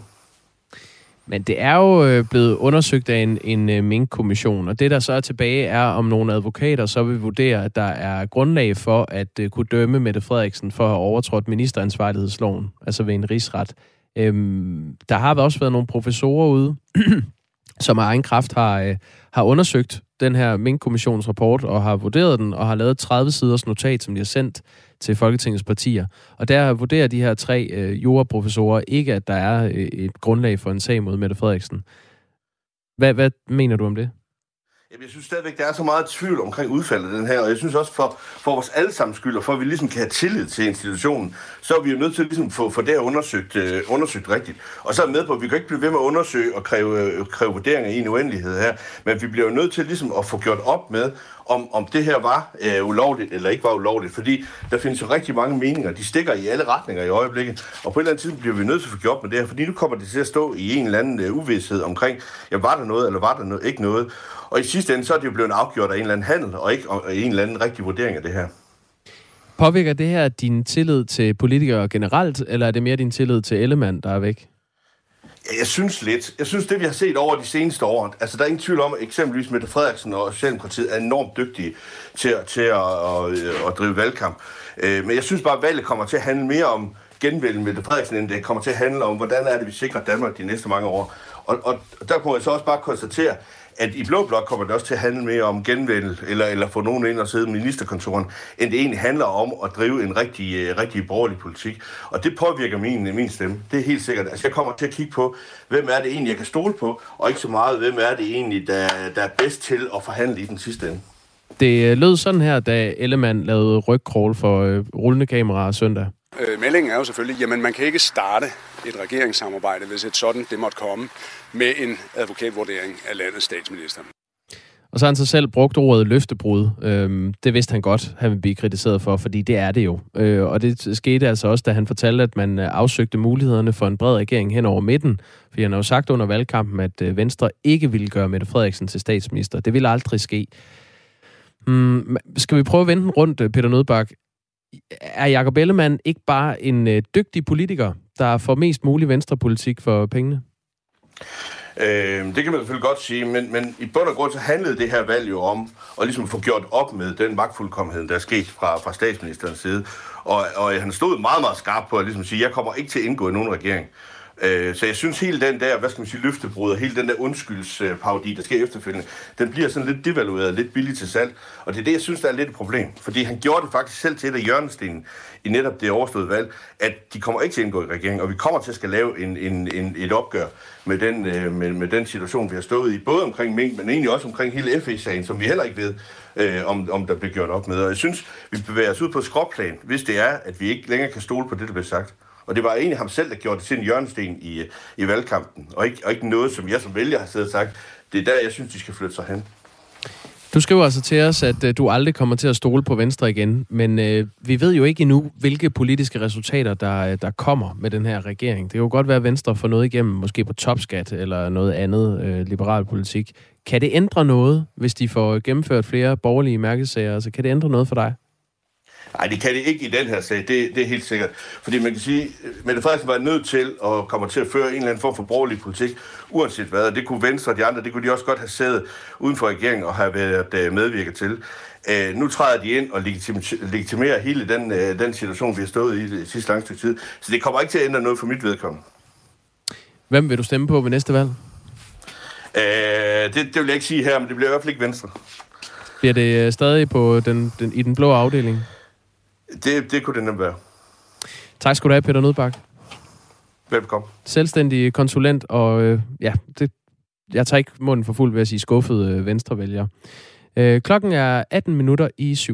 Men det er jo blevet undersøgt af en, en Mink-kommission, og det, der så er tilbage, er, om nogle advokater så vil vurdere, at der er grundlag for at uh, kunne dømme Mette Frederiksen for at have overtrådt ministeransvarlighedsloven, altså ved en rigsret. Øhm, der har også været nogle professorer ude, som af egen kraft har, uh, har undersøgt den her Mink-kommissions rapport og har vurderet den og har lavet tredive siders notat, som de har sendt til Folketingets partier. Og der vurderer de her tre øh, juraprofessorer ikke, at der er øh, et grundlag for en sag mod Mette Frederiksen. Hvad, hvad mener du om det? Jeg synes stadigvæk, der er så meget tvivl omkring udfaldet af den her, og jeg synes også for, for vores allesammens skyld, og for at vi ligesom kan have tillid til institutionen, så er vi jo nødt til ligesom at få, få det her undersøgt, øh, undersøgt rigtigt. Og så er jeg med på, at vi kan ikke blive ved med at undersøge og kræve, øh, kræve vurderinger i en uendelighed her, men vi bliver jo nødt til ligesom at få gjort op med, om, om det her var øh, ulovligt eller ikke var ulovligt, fordi der findes jo rigtig mange meninger, de stikker i alle retninger i øjeblikket, og på et eller andet tidspunkt bliver vi nødt til at få gjort op med det her, fordi nu kommer det til at stå i en eller anden øh, uvished omkring, ja, var der noget, eller var der noget, ikke noget. Og i sidste ende, så er det jo blevet afgjort af en eller anden handel, og ikke af en eller anden rigtig vurdering af det her. Påvirker det her din tillid til politikere generelt, eller er det mere din tillid til Ellemann, der er væk? Jeg synes lidt. Jeg synes, det vi har set over de seneste år, altså der er ingen tvivl om, at eksempelvis Mette Frederiksen og Socialdemokratiet er enormt dygtige til, til at, at, at drive valgkamp. Men jeg synes bare, at valget kommer til at handle mere om genvælden Mette Frederiksen, end det kommer til at handle om, hvordan er det, vi sikrer Danmark de næste mange år. Og, og der kunne jeg så også bare konstatere, at i Blå Blok kommer det også til at handle mere om genvælde, eller, eller få nogen ind og sidde i ministerkontoren, end det egentlig handler om at drive en rigtig, rigtig borgerlig politik. Og det påvirker min, min stemme. Det er helt sikkert. Altså jeg kommer til at kigge på, hvem er det egentlig, jeg kan stole på, og ikke så meget, hvem er det egentlig, der, der er bedst til at forhandle i den sidste ende. Det lød sådan her, da Ellemann lavede rygcrawl for øh, rullende kameraer søndag. Øh, meldingen er jo selvfølgelig, jamen man kan ikke starte et regeringssamarbejde, hvis et sådan det måtte komme, med en advokatvurdering af landets statsminister. Og så har han så selv brugt ordet løftebrud. Øhm, det vidste han godt, han ville blive kritiseret for, fordi det er det jo. Øh, og det skete altså også, da han fortalte, at man afsøgte mulighederne for en bred regering hen over midten. Fordi han har jo sagt under valgkampen, at Venstre ikke ville gøre Mette Frederiksen til statsminister. Det ville aldrig ske. Hmm, skal vi prøve at vende den rundt, Peter Nødbak? Er Jakob Ellemann ikke bare en øh, dygtig politiker, der får mest mulig venstrepolitik for pengene? Øh, det kan man selvfølgelig godt sige, men, men i bund og grund så handlede det her valg jo om at ligesom få gjort op med den magtfuldkommenhed, der er sket fra, fra statsministerens side. Og, og han stod meget, meget skarpt på at ligesom sige, jeg kommer ikke til at indgå i nogen regering. Så jeg synes, hele den der, hvad skal man sige, løftebrud og hele den der undskyldsparodi, der sker efterfølgende, den bliver sådan lidt devalueret, lidt billig til salg. Og det er det, jeg synes, der er lidt et problem. Fordi han gjorde det faktisk selv til et af hjørnestenen i netop det overståede valg, at de kommer ikke til at indgå i regeringen, og vi kommer til at skal lave en, en, en, et opgør med den, med, med den situation, vi har stået i, både omkring mink, men egentlig også omkring hele F E-sagen, som vi heller ikke ved, øh, om, om der bliver gjort op med. Og jeg synes, vi bevæger os ud på et skråplan, hvis det er, at vi ikke længere kan stole på det, der bliver sagt. Og det var egentlig ham selv, der gjorde det til en hjørnesten i, i valgkampen, og ikke, og ikke noget, som jeg som vælger har siddet og sagt. Det er der, jeg synes, de skal flytte sig hen. Du skriver altså til os, at uh, du aldrig kommer til at stole på Venstre igen, men uh, vi ved jo ikke endnu, hvilke politiske resultater, der, der kommer med den her regering. Det kan jo godt være, at Venstre får noget igennem, måske på topskat eller noget andet uh, liberal politik. Kan det ændre noget, hvis de får gennemført flere borgerlige mærkesager? Altså, kan det ændre noget for dig? Nej, det kan det ikke i den her sag, det, det er helt sikkert. Fordi man kan sige, at Mette Frederiksen var nødt til at komme til at føre en eller anden form for borgerlig politik, uanset hvad. Og det kunne Venstre og de andre, det kunne de også godt have siddet uden for regeringen og have været medvirket til. Uh, nu træder de ind og legitim- legitimerer hele den, uh, den situation, vi har stået i det sidste lange stykke tid. Så det kommer ikke til at ændre noget for mit vedkommende. Hvem vil du stemme på ved næste valg? Uh, det, det vil jeg ikke sige her, men det bliver i hvert fald ikke Venstre. Bliver det stadig på den, den, i den blå afdeling? Det, det kunne det nemt være. Tak skal du have, Peter Nødbak. Velkommen. Selvstændig konsulent, og øh, ja, det, jeg tager ikke munden for fuld ved at sige skuffede øh, venstrevælgere. Øh, klokken er atten minutter i syv.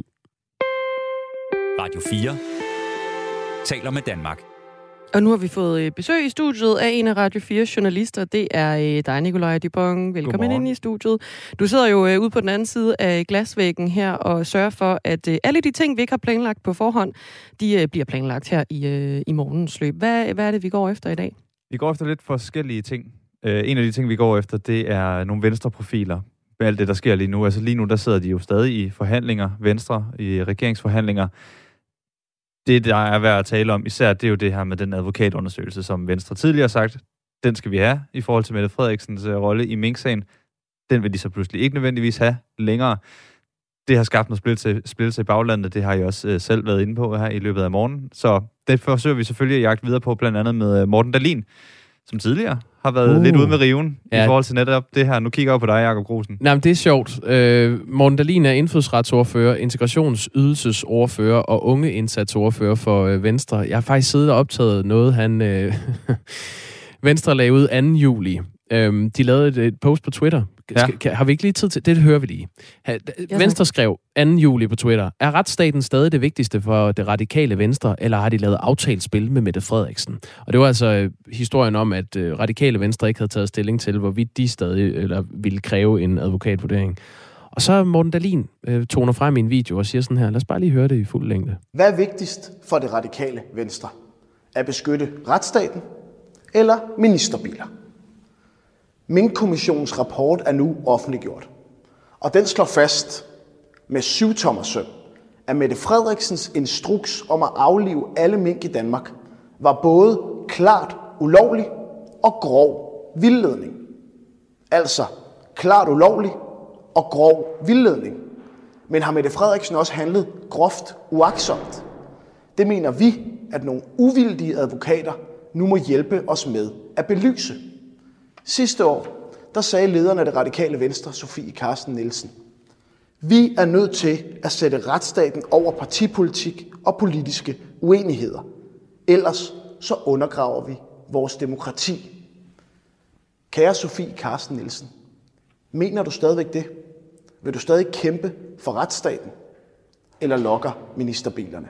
Radio fire taler med Danmark. Og nu har vi fået besøg i studiet af en af Radio fires journalister. Det er dig, Nikolaj Dybong. Velkommen Godmorgen. Ind i studiet. Du sidder jo ude på den anden side af glasvæggen her og sørger for, at alle de ting, vi ikke har planlagt på forhånd, de bliver planlagt her i, i morgens løb. Hvad, hvad er det, vi går efter i dag? Vi går efter lidt forskellige ting. En af de ting, vi går efter, det er nogle venstreprofiler med alt det, der sker lige nu. Altså lige nu, der sidder de jo stadig i forhandlinger, Venstre, i regeringsforhandlinger. Det, der er værd at tale om, især det er jo det her med den advokatundersøgelse, som Venstre tidligere har sagt, den skal vi have i forhold til Mette Frederiksens uh, rolle i Mink-sagen. Den vil de så pludselig ikke nødvendigvis have længere. Det har skabt noget splittelse, splittelse i baglandet, det har jeg også uh, selv været inde på her i løbet af morgenen. Så det forsøger vi selvfølgelig at jagte videre på, blandt andet med uh, Morten Dahlin, som tidligere har været uh, lidt ude med riven ja. I forhold til netop det her. Nu kigger jeg på dig, Jakob Grosen. Nej, men det er sjovt. Øh, Morten Dahlin er indfødsretsordfører, integrationsydelsesordfører og ungeindsatsordfører for øh, Venstre. Jeg har faktisk siddet og optaget noget, han øh, Venstre lagde ud anden juli. Øh, de lavede et, et post på Twitter. Ja. Skal, har vi ikke lige tid til det? Det hører vi lige. Ha, ja, Venstre skrev anden juli på Twitter: Er retsstaten stadig det vigtigste for det radikale Venstre, eller har de lavet aftalespil med Mette Frederiksen? Og det var altså øh, historien om, at øh, radikale Venstre ikke havde taget stilling til, hvorvidt de stadig eller ville kræve en advokatvurdering. Og så Morten Dahlin øh, toner frem i en video og siger sådan her: lad os bare lige høre det i fuld længde. Hvad er vigtigst for det radikale Venstre? At beskytte retsstaten eller ministerbiler? Mink-kommissionens rapport er nu offentliggjort, og den slår fast med syvtommersøm, at Mette Frederiksens instruks om at aflive alle mink i Danmark var både klart ulovlig og grov vildledning. Altså klart ulovlig og grov vildledning. Men har Mette Frederiksen også handlet groft uagtsomt? Det mener vi, at nogle uvildige advokater nu må hjælpe os med at belyse. Sidste år, der sagde lederen af det radikale Venstre, Sofie Carsten Nielsen: vi er nødt til at sætte retsstaten over partipolitik og politiske uenigheder. Ellers så undergraver vi vores demokrati. Kære Sofie Carsten Nielsen, mener du stadigvæk det? Vil du stadig kæmpe for retsstaten? Eller lokker ministerbilerne?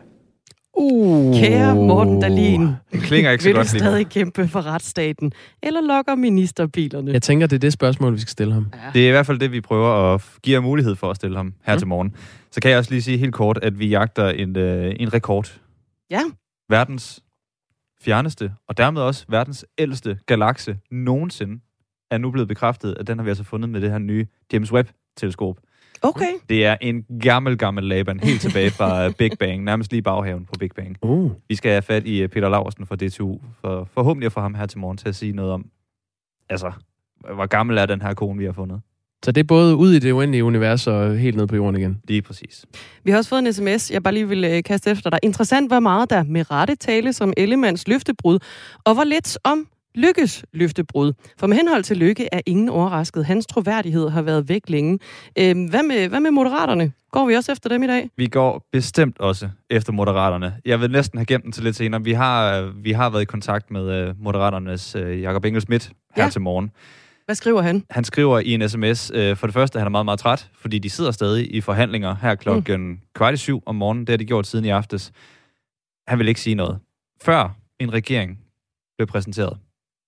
Uh. Kære Morten Dahlin, det klinger ikke så vil godt du stadig kæmpe for retsstaten? Eller lokker ministerbilerne? Jeg tænker, det er det spørgsmål, vi skal stille ham. Ja. Det er i hvert fald det, vi prøver at give ham mulighed for at stille ham her mm. til morgen. Så kan jeg også lige sige helt kort, at vi jagter en, øh, en rekord. Ja. Verdens fjerneste, og dermed også verdens ældste galakse nogensinde, er nu blevet bekræftet, at den har vi altså fundet med det her nye James Webb-teleskop. Okay. Det er en gammel, gammel Laban, helt tilbage fra Big Bang, nærmest lige baghaven på Big Bang. Uh. Vi skal have fat i Peter Laursen fra D T U, for forhåbentlig at få ham her til morgen til at sige noget om, altså, hvor gammel er den her kone, vi har fundet. Så det er både ud i det uendelige univers og helt ned på jorden igen? Lige præcis. Vi har også fået en sms, jeg bare lige vil kaste efter dig. Interessant, hvor meget der med rette tale som Ellemanns løftebrud, og hvor lidt om Lykkes løftebrud. For med henhold til Lykke er ingen overrasket. Hans troværdighed har været væk længe. Øhm, hvad, med, hvad med Moderaterne? Går vi også efter dem i dag? Vi går bestemt også efter Moderaterne. Jeg vil næsten have gemt den til lidt senere. Vi har, vi har været i kontakt med uh, Moderaternes uh, Jakob Engel-Schmidt her ja. til morgen. Hvad skriver han? Han skriver i en sms, uh, for det første, at han er meget, meget træt, fordi de sidder stadig i forhandlinger her klokken mm. kvart i syv om morgenen. Det har de gjort siden i aftes. Han vil ikke sige noget. Før en regering blev præsenteret.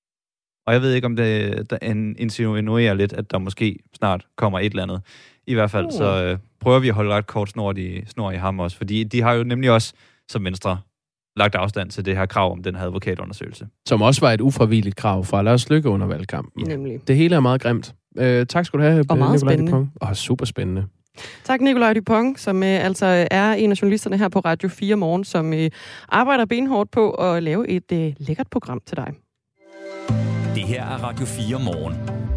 Og jeg ved ikke, om det der insinuerer lidt, at der måske snart kommer et eller andet. I hvert fald, uh. så øh, prøver vi at holde ret kort snor i, snor i ham også. Fordi de har jo nemlig også, som Venstre, lagt afstand til det her krav om den her advokatundersøgelse. Som også var et ufravilligt krav fra Lars Løkke under valgkampen. Ja. Nemlig. Det hele er meget grimt. Øh, tak skal du have, og meget Nicolai spændende. Dupont. Og super spændende. Tak, Nicolai Dupont, som øh, altså er en af journalisterne her på Radio fire Morgen, som øh, arbejder benhårdt på at lave et øh, lækkert program til dig. Det her er Radio fire Morgen.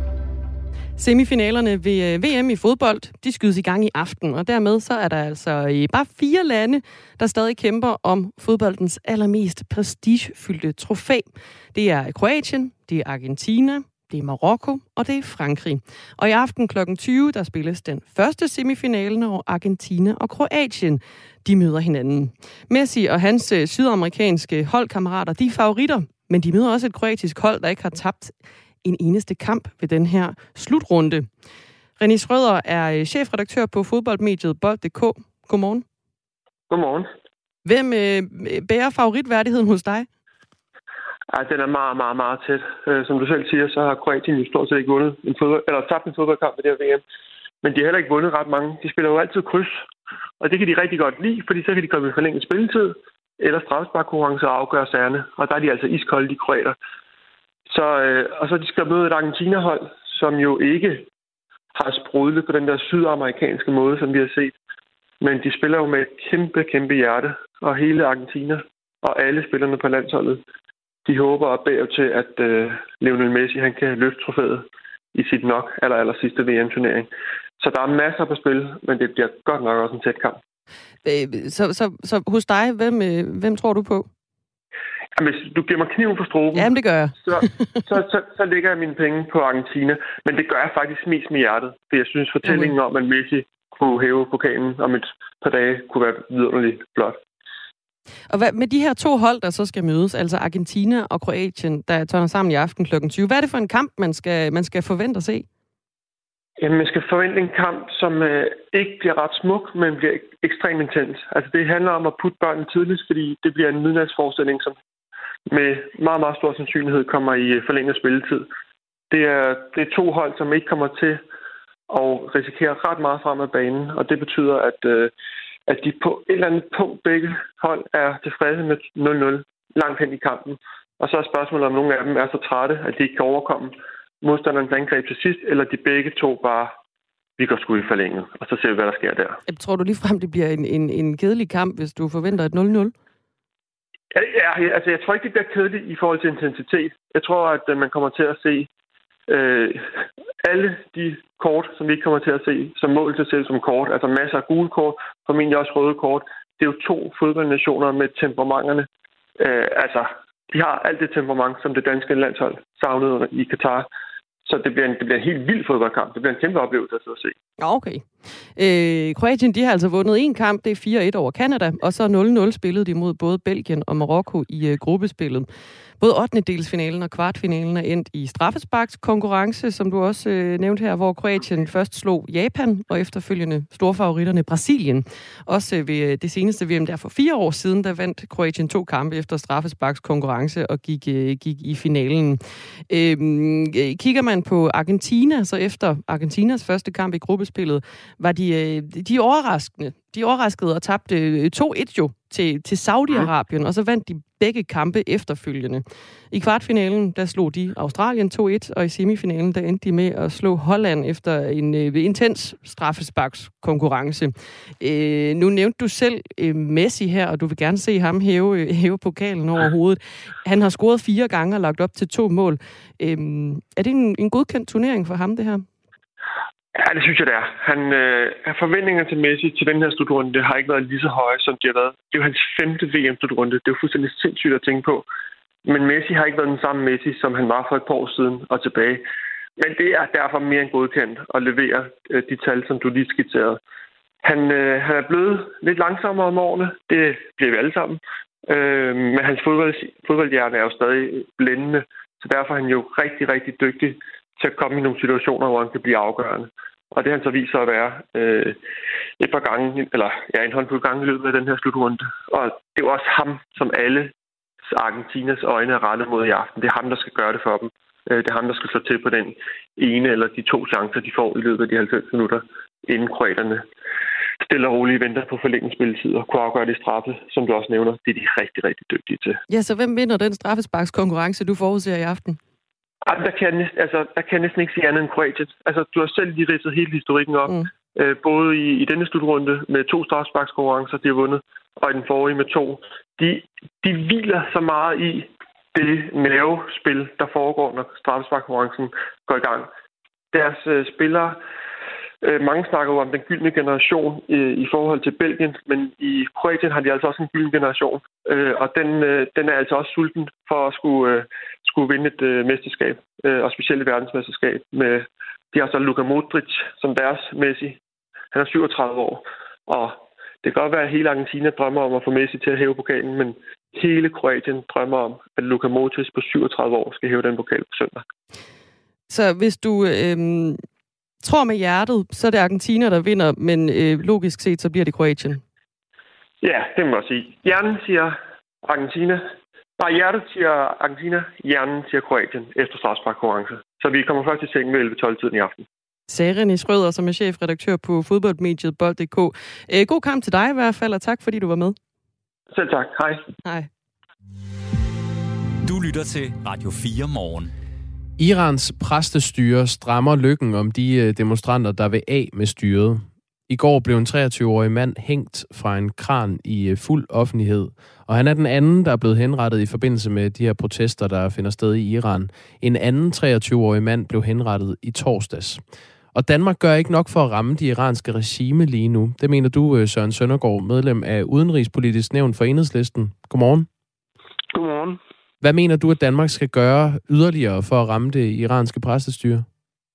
Semifinalerne ved V M i fodbold, de skydes i gang i aften, og dermed så er der altså bare fire lande, der stadig kæmper om fodboldens allermest prestigefyldte trofæ. Det er Kroatien, det er Argentina, det er Marokko, og det er Frankrig. Og i aften klokken tyve, der spilles den første semifinale, hvor Argentina og Kroatien, de møder hinanden. Messi og hans sydamerikanske holdkammerater, de er favoritter, men de møder også et kroatisk hold, der ikke har tabt en eneste kamp ved den her slutrunde. René Schrøder er chefredaktør på fodboldmediet bold punktum d k. Godmorgen. Godmorgen. Hvem øh, bærer favoritværdigheden hos dig? Ja, den er meget, meget, meget tæt. Øh, som du selv siger, så har Kroatien jo stort set ikke vundet en fodbold, eller tabt en fodboldkamp ved det her V M. Men de har heller ikke vundet ret mange. De spiller jo altid kryds. Og det kan de rigtig godt lide, fordi så kan de komme i forlænget spilletid, eller straffesparkkonkurrence og afgøre sagerne. Og der er de altså iskolde, de kroater. Så, øh, og så de skal møde et Argentina-hold, som jo ikke har sprudlet på den der sydamerikanske måde, som vi har set. Men de spiller jo med et kæmpe, kæmpe hjerte. Og hele Argentina og alle spillerne på landsholdet, de håber og beder til, at øh, Lionel Messi han kan løfte trofæet i sit nok aller, aller sidste V M-turnering. Så der er masser på spil, men det bliver godt nok også en tæt kamp. Øh, så, så, så hos dig, hvem, øh, hvem tror du på? Jamen, hvis du giver mig kniven for struben, jamen, det gør jeg. så, så, så, så lægger jeg mine penge på Argentina. Men det gør jeg faktisk mest med hjertet. For jeg synes, fortællingen okay. om, at Messi kunne hæve pokalen om et par dage, kunne være vidunderligt flot. Og hvad, med de her to hold, der så skal mødes, altså Argentina og Kroatien, der tørner sammen i aften klokken tyve, hvad er det for en kamp, man skal, man skal forvente at se? Jamen, man skal forvente en kamp, som øh, ikke bliver ret smuk, men bliver ek- ekstremt intens. Altså, det handler om at putte børnene tidligt, fordi det bliver en midnatsforestilling, som med meget, meget stor sandsynlighed kommer i forlænget spilletid. Det er, det er to hold, som ikke kommer til at risikere ret meget frem af banen, og det betyder, at, øh, at de på et eller andet punkt begge hold er tilfredse med nul nul langt hen i kampen. Og så er spørgsmålet, om nogle af dem er så trætte, at de ikke kan overkomme modstanderens angreb til sidst, eller de begge to bare, vi går sgu i forlænget, og så ser vi, hvad der sker der. Jeg tror du ligefrem, det bliver en, en, en kedelig kamp, hvis du forventer et nul nul? Ja, altså jeg tror ikke, det bliver kedeligt i forhold til intensitet. Jeg tror, at man kommer til at se øh, alle de kort, som vi ikke kommer til at se som mål til selv som kort. Altså masser af gule kort, formentlig også røde kort. Det er jo to fodboldnationer med temperamenterne. Øh, altså, de har alt det temperament, som det danske landshold savnede i Katar. Så det bliver, en, det bliver en helt vild fodboldkamp. Det bliver en kæmpe oplevelse at se. Okay. Øh, Kroatien, de har altså vundet en kamp. Det er fire et over Canada. Og så nul nul spillede de mod både Belgien og Marokko i uh, gruppespillet. Både ottendedelsfinalen og kvartfinalen er endt i straffesparkskonkurrence, som du også øh, nævnte her, hvor Kroatien først slog Japan og efterfølgende storfavoritterne Brasilien. Også øh, ved det seneste V M der for fire år siden, der vandt Kroatien to kampe efter straffesparkskonkurrence og gik, øh, gik i finalen. Øh, kigger man på Argentina, så efter Argentinas første kamp i gruppespillet, var de, øh, de overraskende. De overraskede og tabte to et jo til, til Saudi-Arabien, og så vandt de begge kampe efterfølgende. I kvartfinalen, der slog de Australien to et, og i semifinalen, der endte de med at slå Holland efter en øh, intens straffesparkskonkurrence. Øh, nu nævnte du selv øh, Messi her, og du vil gerne se ham hæve, øh, hæve pokalen over hovedet. Han har scoret fire gange og lagt op til to mål. Øh, er det en, en godkendt turnering for ham, det her? Ja, det synes jeg, det er. Han, øh, forventningerne til Messi til den her slutrunde har ikke været lige så høje, som de har været. Det er jo hans femte V M-slutrunde. Det er jo fuldstændig sindssygt at tænke på. Men Messi har ikke været den samme Messi, som han var for et par år siden og tilbage. Men det er derfor mere end godkendt at levere øh, de tal, som du lige skitserede. Han, øh, han er blevet lidt langsommere om årene. Det bliver vi alle sammen. Øh, men hans fodbold, fodboldhjerne er jo stadig blændende. Så derfor er han jo rigtig, rigtig dygtig til at komme i nogle situationer, hvor han kan blive afgørende. Og det har han så vist sig at være øh, et par gange, eller ja, en håndfuld gange i løbet af den her slutrunde. Og det er jo også ham, som alle Argentinas øjne er rettet mod i aften. Det er ham, der skal gøre det for dem. Det er ham, der skal slå til på den ene eller de to chancer, de får i løbet af de halvfems minutter, inden kroaterne stille og roligt venter på forlænget spilletid og kunne afgøre det straffe, som du også nævner. Det er de rigtig, rigtig dygtige til. Ja, så hvem vinder den straffesparkskonkurrence, du forudser i aften? Der kan, jeg næsten, altså, der kan jeg næsten ikke sige andet end Kroatien. Altså, du har selv lige ridset hele historikken op. Mm. Øh, både i, i denne slutrunde med to straffesparkskonkurrencer, de har vundet, og i den forrige med to. De, de hviler så meget i det nervespil, der foregår, når straffesparkskonkurrencen går i gang. Deres øh, spillere, øh, mange snakker jo om den gyldne generation øh, i forhold til Belgien, men i Kroatien har de altså også en gylden generation. Øh, og den, øh, den er altså også sulten for at skulle... Øh, skulle vinde et øh, mesterskab, øh, og specielt et verdensmesterskab. Med, de har så Luka Modric som deres Messi. Han er syvogtredive år, og det kan godt være, at hele Argentina drømmer om at få Messi til at hæve pokalen, men hele Kroatien drømmer om, at Luka Modric på syvogtredive år skal hæve den pokal på søndag. Så hvis du øh, tror med hjertet, så er det Argentina, der vinder, men øh, logisk set, så bliver det Kroatien? Ja, det må jeg sige. Hjernen siger Argentina. Nej, hjertet siger Argentina, hjernen siger Kroatien efter straffesparkskonkurrence. Så vi kommer først i seng ved elleve tolv tiden i aften. Sagde René Schrøder, som er chefredaktør på fodboldmediet bold punktum d k. Øh, god kamp til dig i hvert fald, og tak fordi du var med. Selv tak. Hej. Hej. Du lytter til Radio fire Morgen. Irans præstestyre strammer lykken om de demonstranter, der vil af med styret. I går blev en treogtyve-årig mand hængt fra en kran i fuld offentlighed, og han er den anden, der er blevet henrettet i forbindelse med de her protester, der finder sted i Iran. En anden treogtyve-årig mand blev henrettet i torsdags. Og Danmark gør ikke nok for at ramme de iranske regime lige nu. Det mener du, Søren Søndergaard, medlem af Udenrigspolitisk Nævn for Enhedslisten. Godmorgen. Godmorgen. Hvad mener du, at Danmark skal gøre yderligere for at ramme det iranske præstestyre?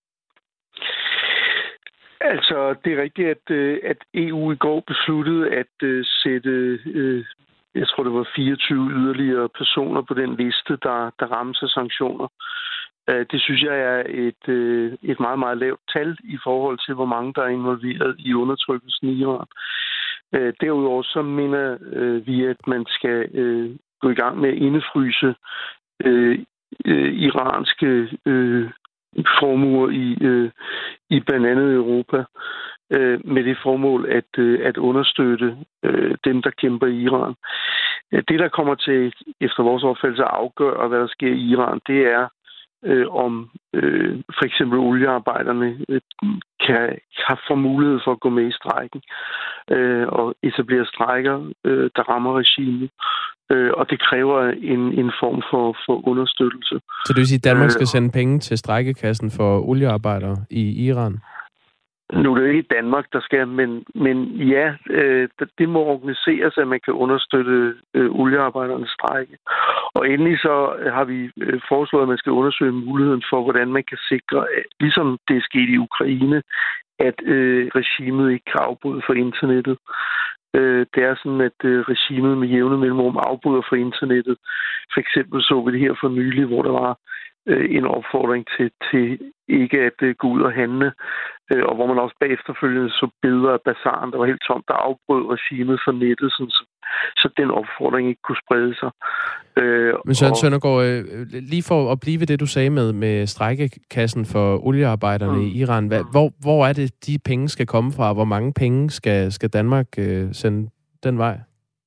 Altså, det er rigtigt, at, at E U i går besluttede at uh, sætte, uh, jeg tror det var fireogtyve yderligere personer på den liste, der, der rammes af sanktioner. Uh, det synes jeg er et, uh, et meget, meget lavt tal i forhold til, hvor mange der er involveret i undertrykkelsen i Iran. Uh, derudover så mener uh, vi, at man skal uh, gå i gang med at indefryse uh, uh, iranske uh, formuer i, øh, i blandt andet Europa, øh, med det formål at, øh, at understøtte øh, dem, der kæmper i Iran. Det, der kommer til, efter vores opfattelse, at afgøre, hvad der sker i Iran, det er, øh, om øh, for eksempel oliearbejderne øh, kan have få mulighed for at gå med i strejken øh, og etablere strejker, øh, der rammer regimet. Øh, og det kræver en, en form for, for understøttelse. Så det vil sige, at Danmark skal sende penge til strejkekassen for oliearbejdere i Iran? Nu er det jo ikke Danmark, der skal, men, men ja, øh, det må organiseres, at man kan understøtte øh, oliearbejdernes strejke. Og endelig så har vi øh, foreslået, at man skal undersøge muligheden for, hvordan man kan sikre, at, ligesom det er sket i Ukraine, at øh, regimet ikke kan afbryde for internettet. Øh, det er sådan, at øh, regimet med jævne mellemrum afbryder for internettet. For eksempel så vi det her for nylig, hvor der var en opfordring til, til ikke at uh, gå ud og handle, uh, og hvor man også bagefterfølgende så billeder af bazaren, der var helt tomt, der afbrød regimet for nettet, sådan, så, så den opfordring ikke kunne sprede sig. Uh, Men Søren og... Søndergaard, øh, lige for at blive ved det, du sagde med, med strejkekassen for oliearbejderne mm. i Iran, hvad, hvor, hvor er det, de penge skal komme fra? Hvor mange penge skal, skal Danmark øh, sende den vej?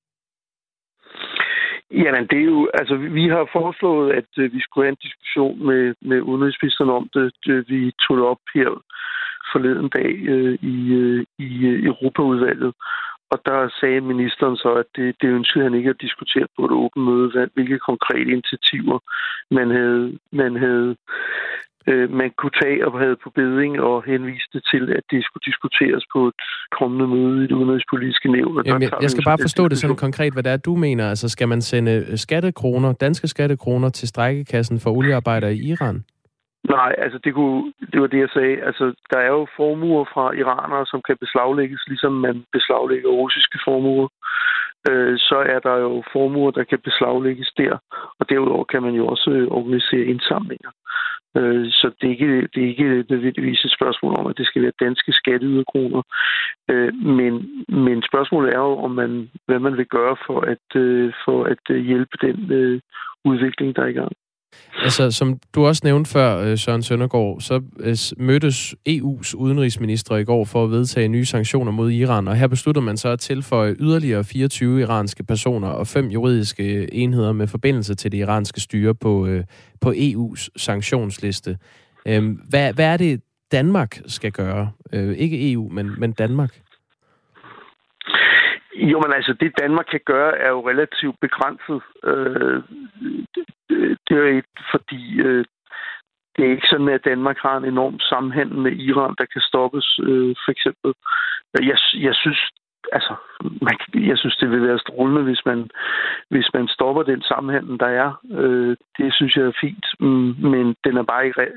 Jamen, det er jo, altså, vi har foreslået, at øh, vi skulle have en diskussion med, med udenrigsministeren om det. det. Vi tog det op her forleden dag øh, i, øh, i øh, Europaudvalget. Og der sagde ministeren så, at det, det ønskede han ikke at diskutere på et åbent møde, hvilke konkrete initiativer man havde, man havde øh, man kunne tage og havde på beding, og henviste til, at det skulle diskuteres på et kommende møde i det udenrigspolitiske nævn. Jamen, jeg, jeg skal bare forstå det sådan konkret, hvad det er, du mener. Altså, skal man sende skattekroner, danske skattekroner til strejkekassen for oliearbejdere i Iran? Nej, altså det, kunne, det var det, jeg sagde. Altså, der er jo formuer fra iranere, som kan beslaglægges, ligesom man beslaglægger russiske formuer. Øh, så er der jo formuer, der kan beslaglægges der. Og derudover kan man jo også organisere indsamlinger. Øh, så det er, ikke, det er ikke nødvendigvis et spørgsmål om, at det skal være danske skatteyderkroner. Øh, men, men spørgsmålet er jo, om man, hvad man vil gøre for at, øh, for at hjælpe den øh, udvikling, der er i gang. Altså, som du også nævnte før, Søren Søndergaard, så mødtes E U's udenrigsministre i går for at vedtage nye sanktioner mod Iran, og her besluttede man så at tilføje yderligere fireogtyve iranske personer og fem juridiske enheder med forbindelse til det iranske styre på, på E U's sanktionsliste. Hvad, hvad er det, Danmark skal gøre? Ikke E U, men, men Danmark? Jo, men altså, det Danmark kan gøre, er jo relativt begrænset. Øh, det, det er jo fordi øh, det er ikke sådan, at Danmark har en enorm sammenhæng med Iran, der kan stoppes, øh, for eksempel. Jeg, jeg synes, altså, man, jeg synes, det vil være strålende, hvis man, hvis man stopper den sammenhæng, der er. Øh, det synes jeg er fint, men den er bare ikke,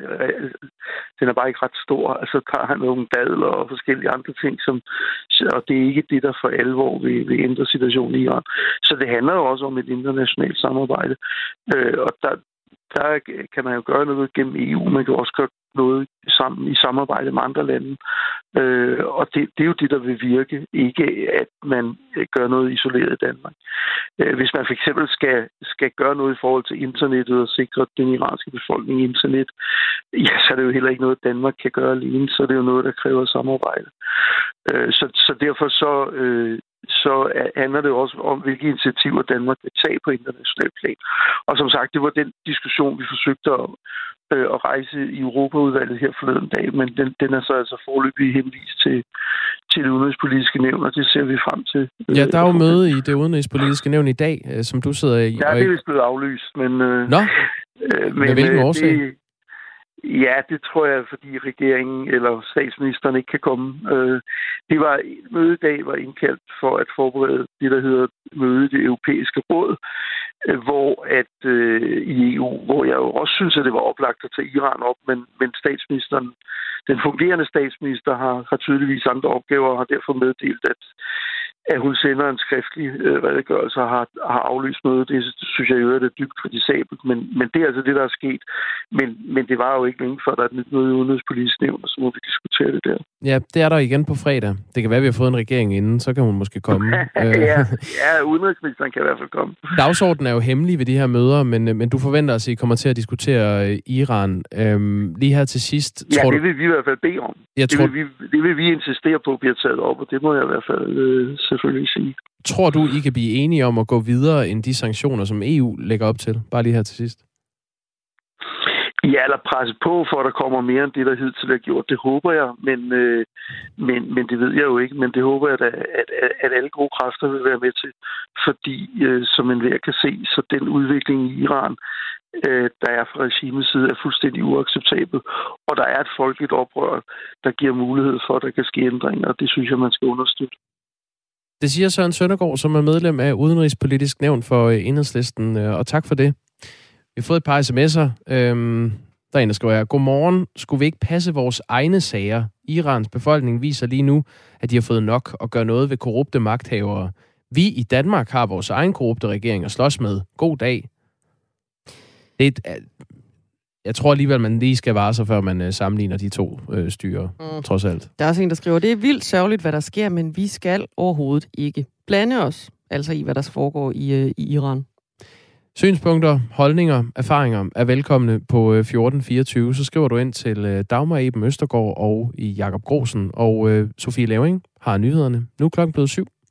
den er bare ikke ret stor. Altså, der har nogle dadler og forskellige andre ting, som, og det er ikke det, der for alvor vil, vil ændre situationen i Iran. Så det handler jo også om et internationalt samarbejde. Øh, og der, der kan man jo gøre noget gennem E U. Man kan også gøre noget sammen i samarbejde med andre lande. Øh, og det, det er jo det, der vil virke. Ikke at man gør noget isoleret i Danmark. Øh, hvis man for eksempel skal, skal gøre noget i forhold til internettet og sikre den iranske befolkning internet, ja, så er det jo heller ikke noget, Danmark kan gøre alene. Så er det jo noget, der kræver samarbejde. Øh, så, så derfor så... Øh, så handler det også om, hvilke initiativer Danmark vil tage på international plan. Og som sagt, det var den diskussion, vi forsøgte at, øh, at rejse i Europaudvalget her forleden dag, men den, den er så altså foreløbig henvist til, til det udenrigspolitiske nævn, og det ser vi frem til. Ja, der er jo møde i det udenrigspolitiske nævn i dag, som du sidder i. Ja, det er vist blevet aflyst, men... Øh, Nå, øh, men hvilken årsag? Det, Ja, det tror jeg, fordi regeringen eller statsministeren ikke kan komme. Det var møde i dag var indkaldt for at forberede det, der hedder møde i det europæiske råd, hvor at øh, i E U, hvor jeg jo også synes, at det var oplagt at tage Iran op, men, men statsministeren, den fungerende statsminister har, har tydeligvis andre opgaver og har derfor meddelt, at at hun sender en skriftlig øh, redegørelse og har, har aflyst mødet. Det synes jeg jo er det dybt kritisabelt, men, men det er altså det, der er sket. Men, men det var jo ikke længe før, der er et nyt møde i udenrigspolitisk nævn, og så må vi diskutere det der. Ja, det er der igen på fredag. Det kan være, at vi har fået en regering inden, så kan hun måske komme. ja, ja, udenrigsministeren kan i hvert fald komme. Dagsordenen er jo hemmelig ved de her møder, men, men du forventer os, at I kommer til at diskutere Iran. Øhm, lige her til sidst. Ja, tror det du... vil vi i hvert fald bede om. Jeg det, tror... vil vi, det vil vi insistere på, at bliver taget op, og det må jeg i hvert fald øh, selvfølgelig sige. Tror du, I kan blive enige om at gå videre end de sanktioner, som E U lægger op til? Bare lige her til sidst. Ja, eller presse på, for at der kommer mere end det, der hidtil er gjort. Det håber jeg, men, øh, men, men det ved jeg jo ikke. Men det håber jeg, at, at, at alle gode kræfter vil være med til. Fordi, øh, som enhver kan se, så den udvikling i Iran, øh, der er fra regimets side, er fuldstændig uacceptabel. Og der er et folkeligt oprør, der giver mulighed for, at der kan ske ændringer, og det synes jeg, man skal understøtte. Det siger Søren Søndergaard, som er medlem af Udenrigspolitisk Nævn for Enhedslisten, og tak for det. Vi har fået et par sms'er. Øhm, der er en, der skriver, godmorgen. Skulle vi ikke passe vores egne sager? Irans befolkning viser lige nu, at de har fået nok og gør noget ved korrupte magthavere. Vi i Danmark har vores egen korrupte regering at slås med. God dag. Det er et, jeg tror alligevel, man lige skal vare sig, før man sammenligner de to øh, styrer, mm. trods alt. Der er også en, der skriver, det er vildt sørgeligt, hvad der sker, men vi skal overhovedet ikke blande os, altså i, hvad der foregår i, øh, i Iran. Synspunkter, holdninger, erfaringer er velkomne på fjorten fireogtyve. Så skriver du ind til Dagmar Eben Østergaard og i Jakob Grosen. Og øh, Sofie Laving har nyhederne. Nu er klokken blevet syv.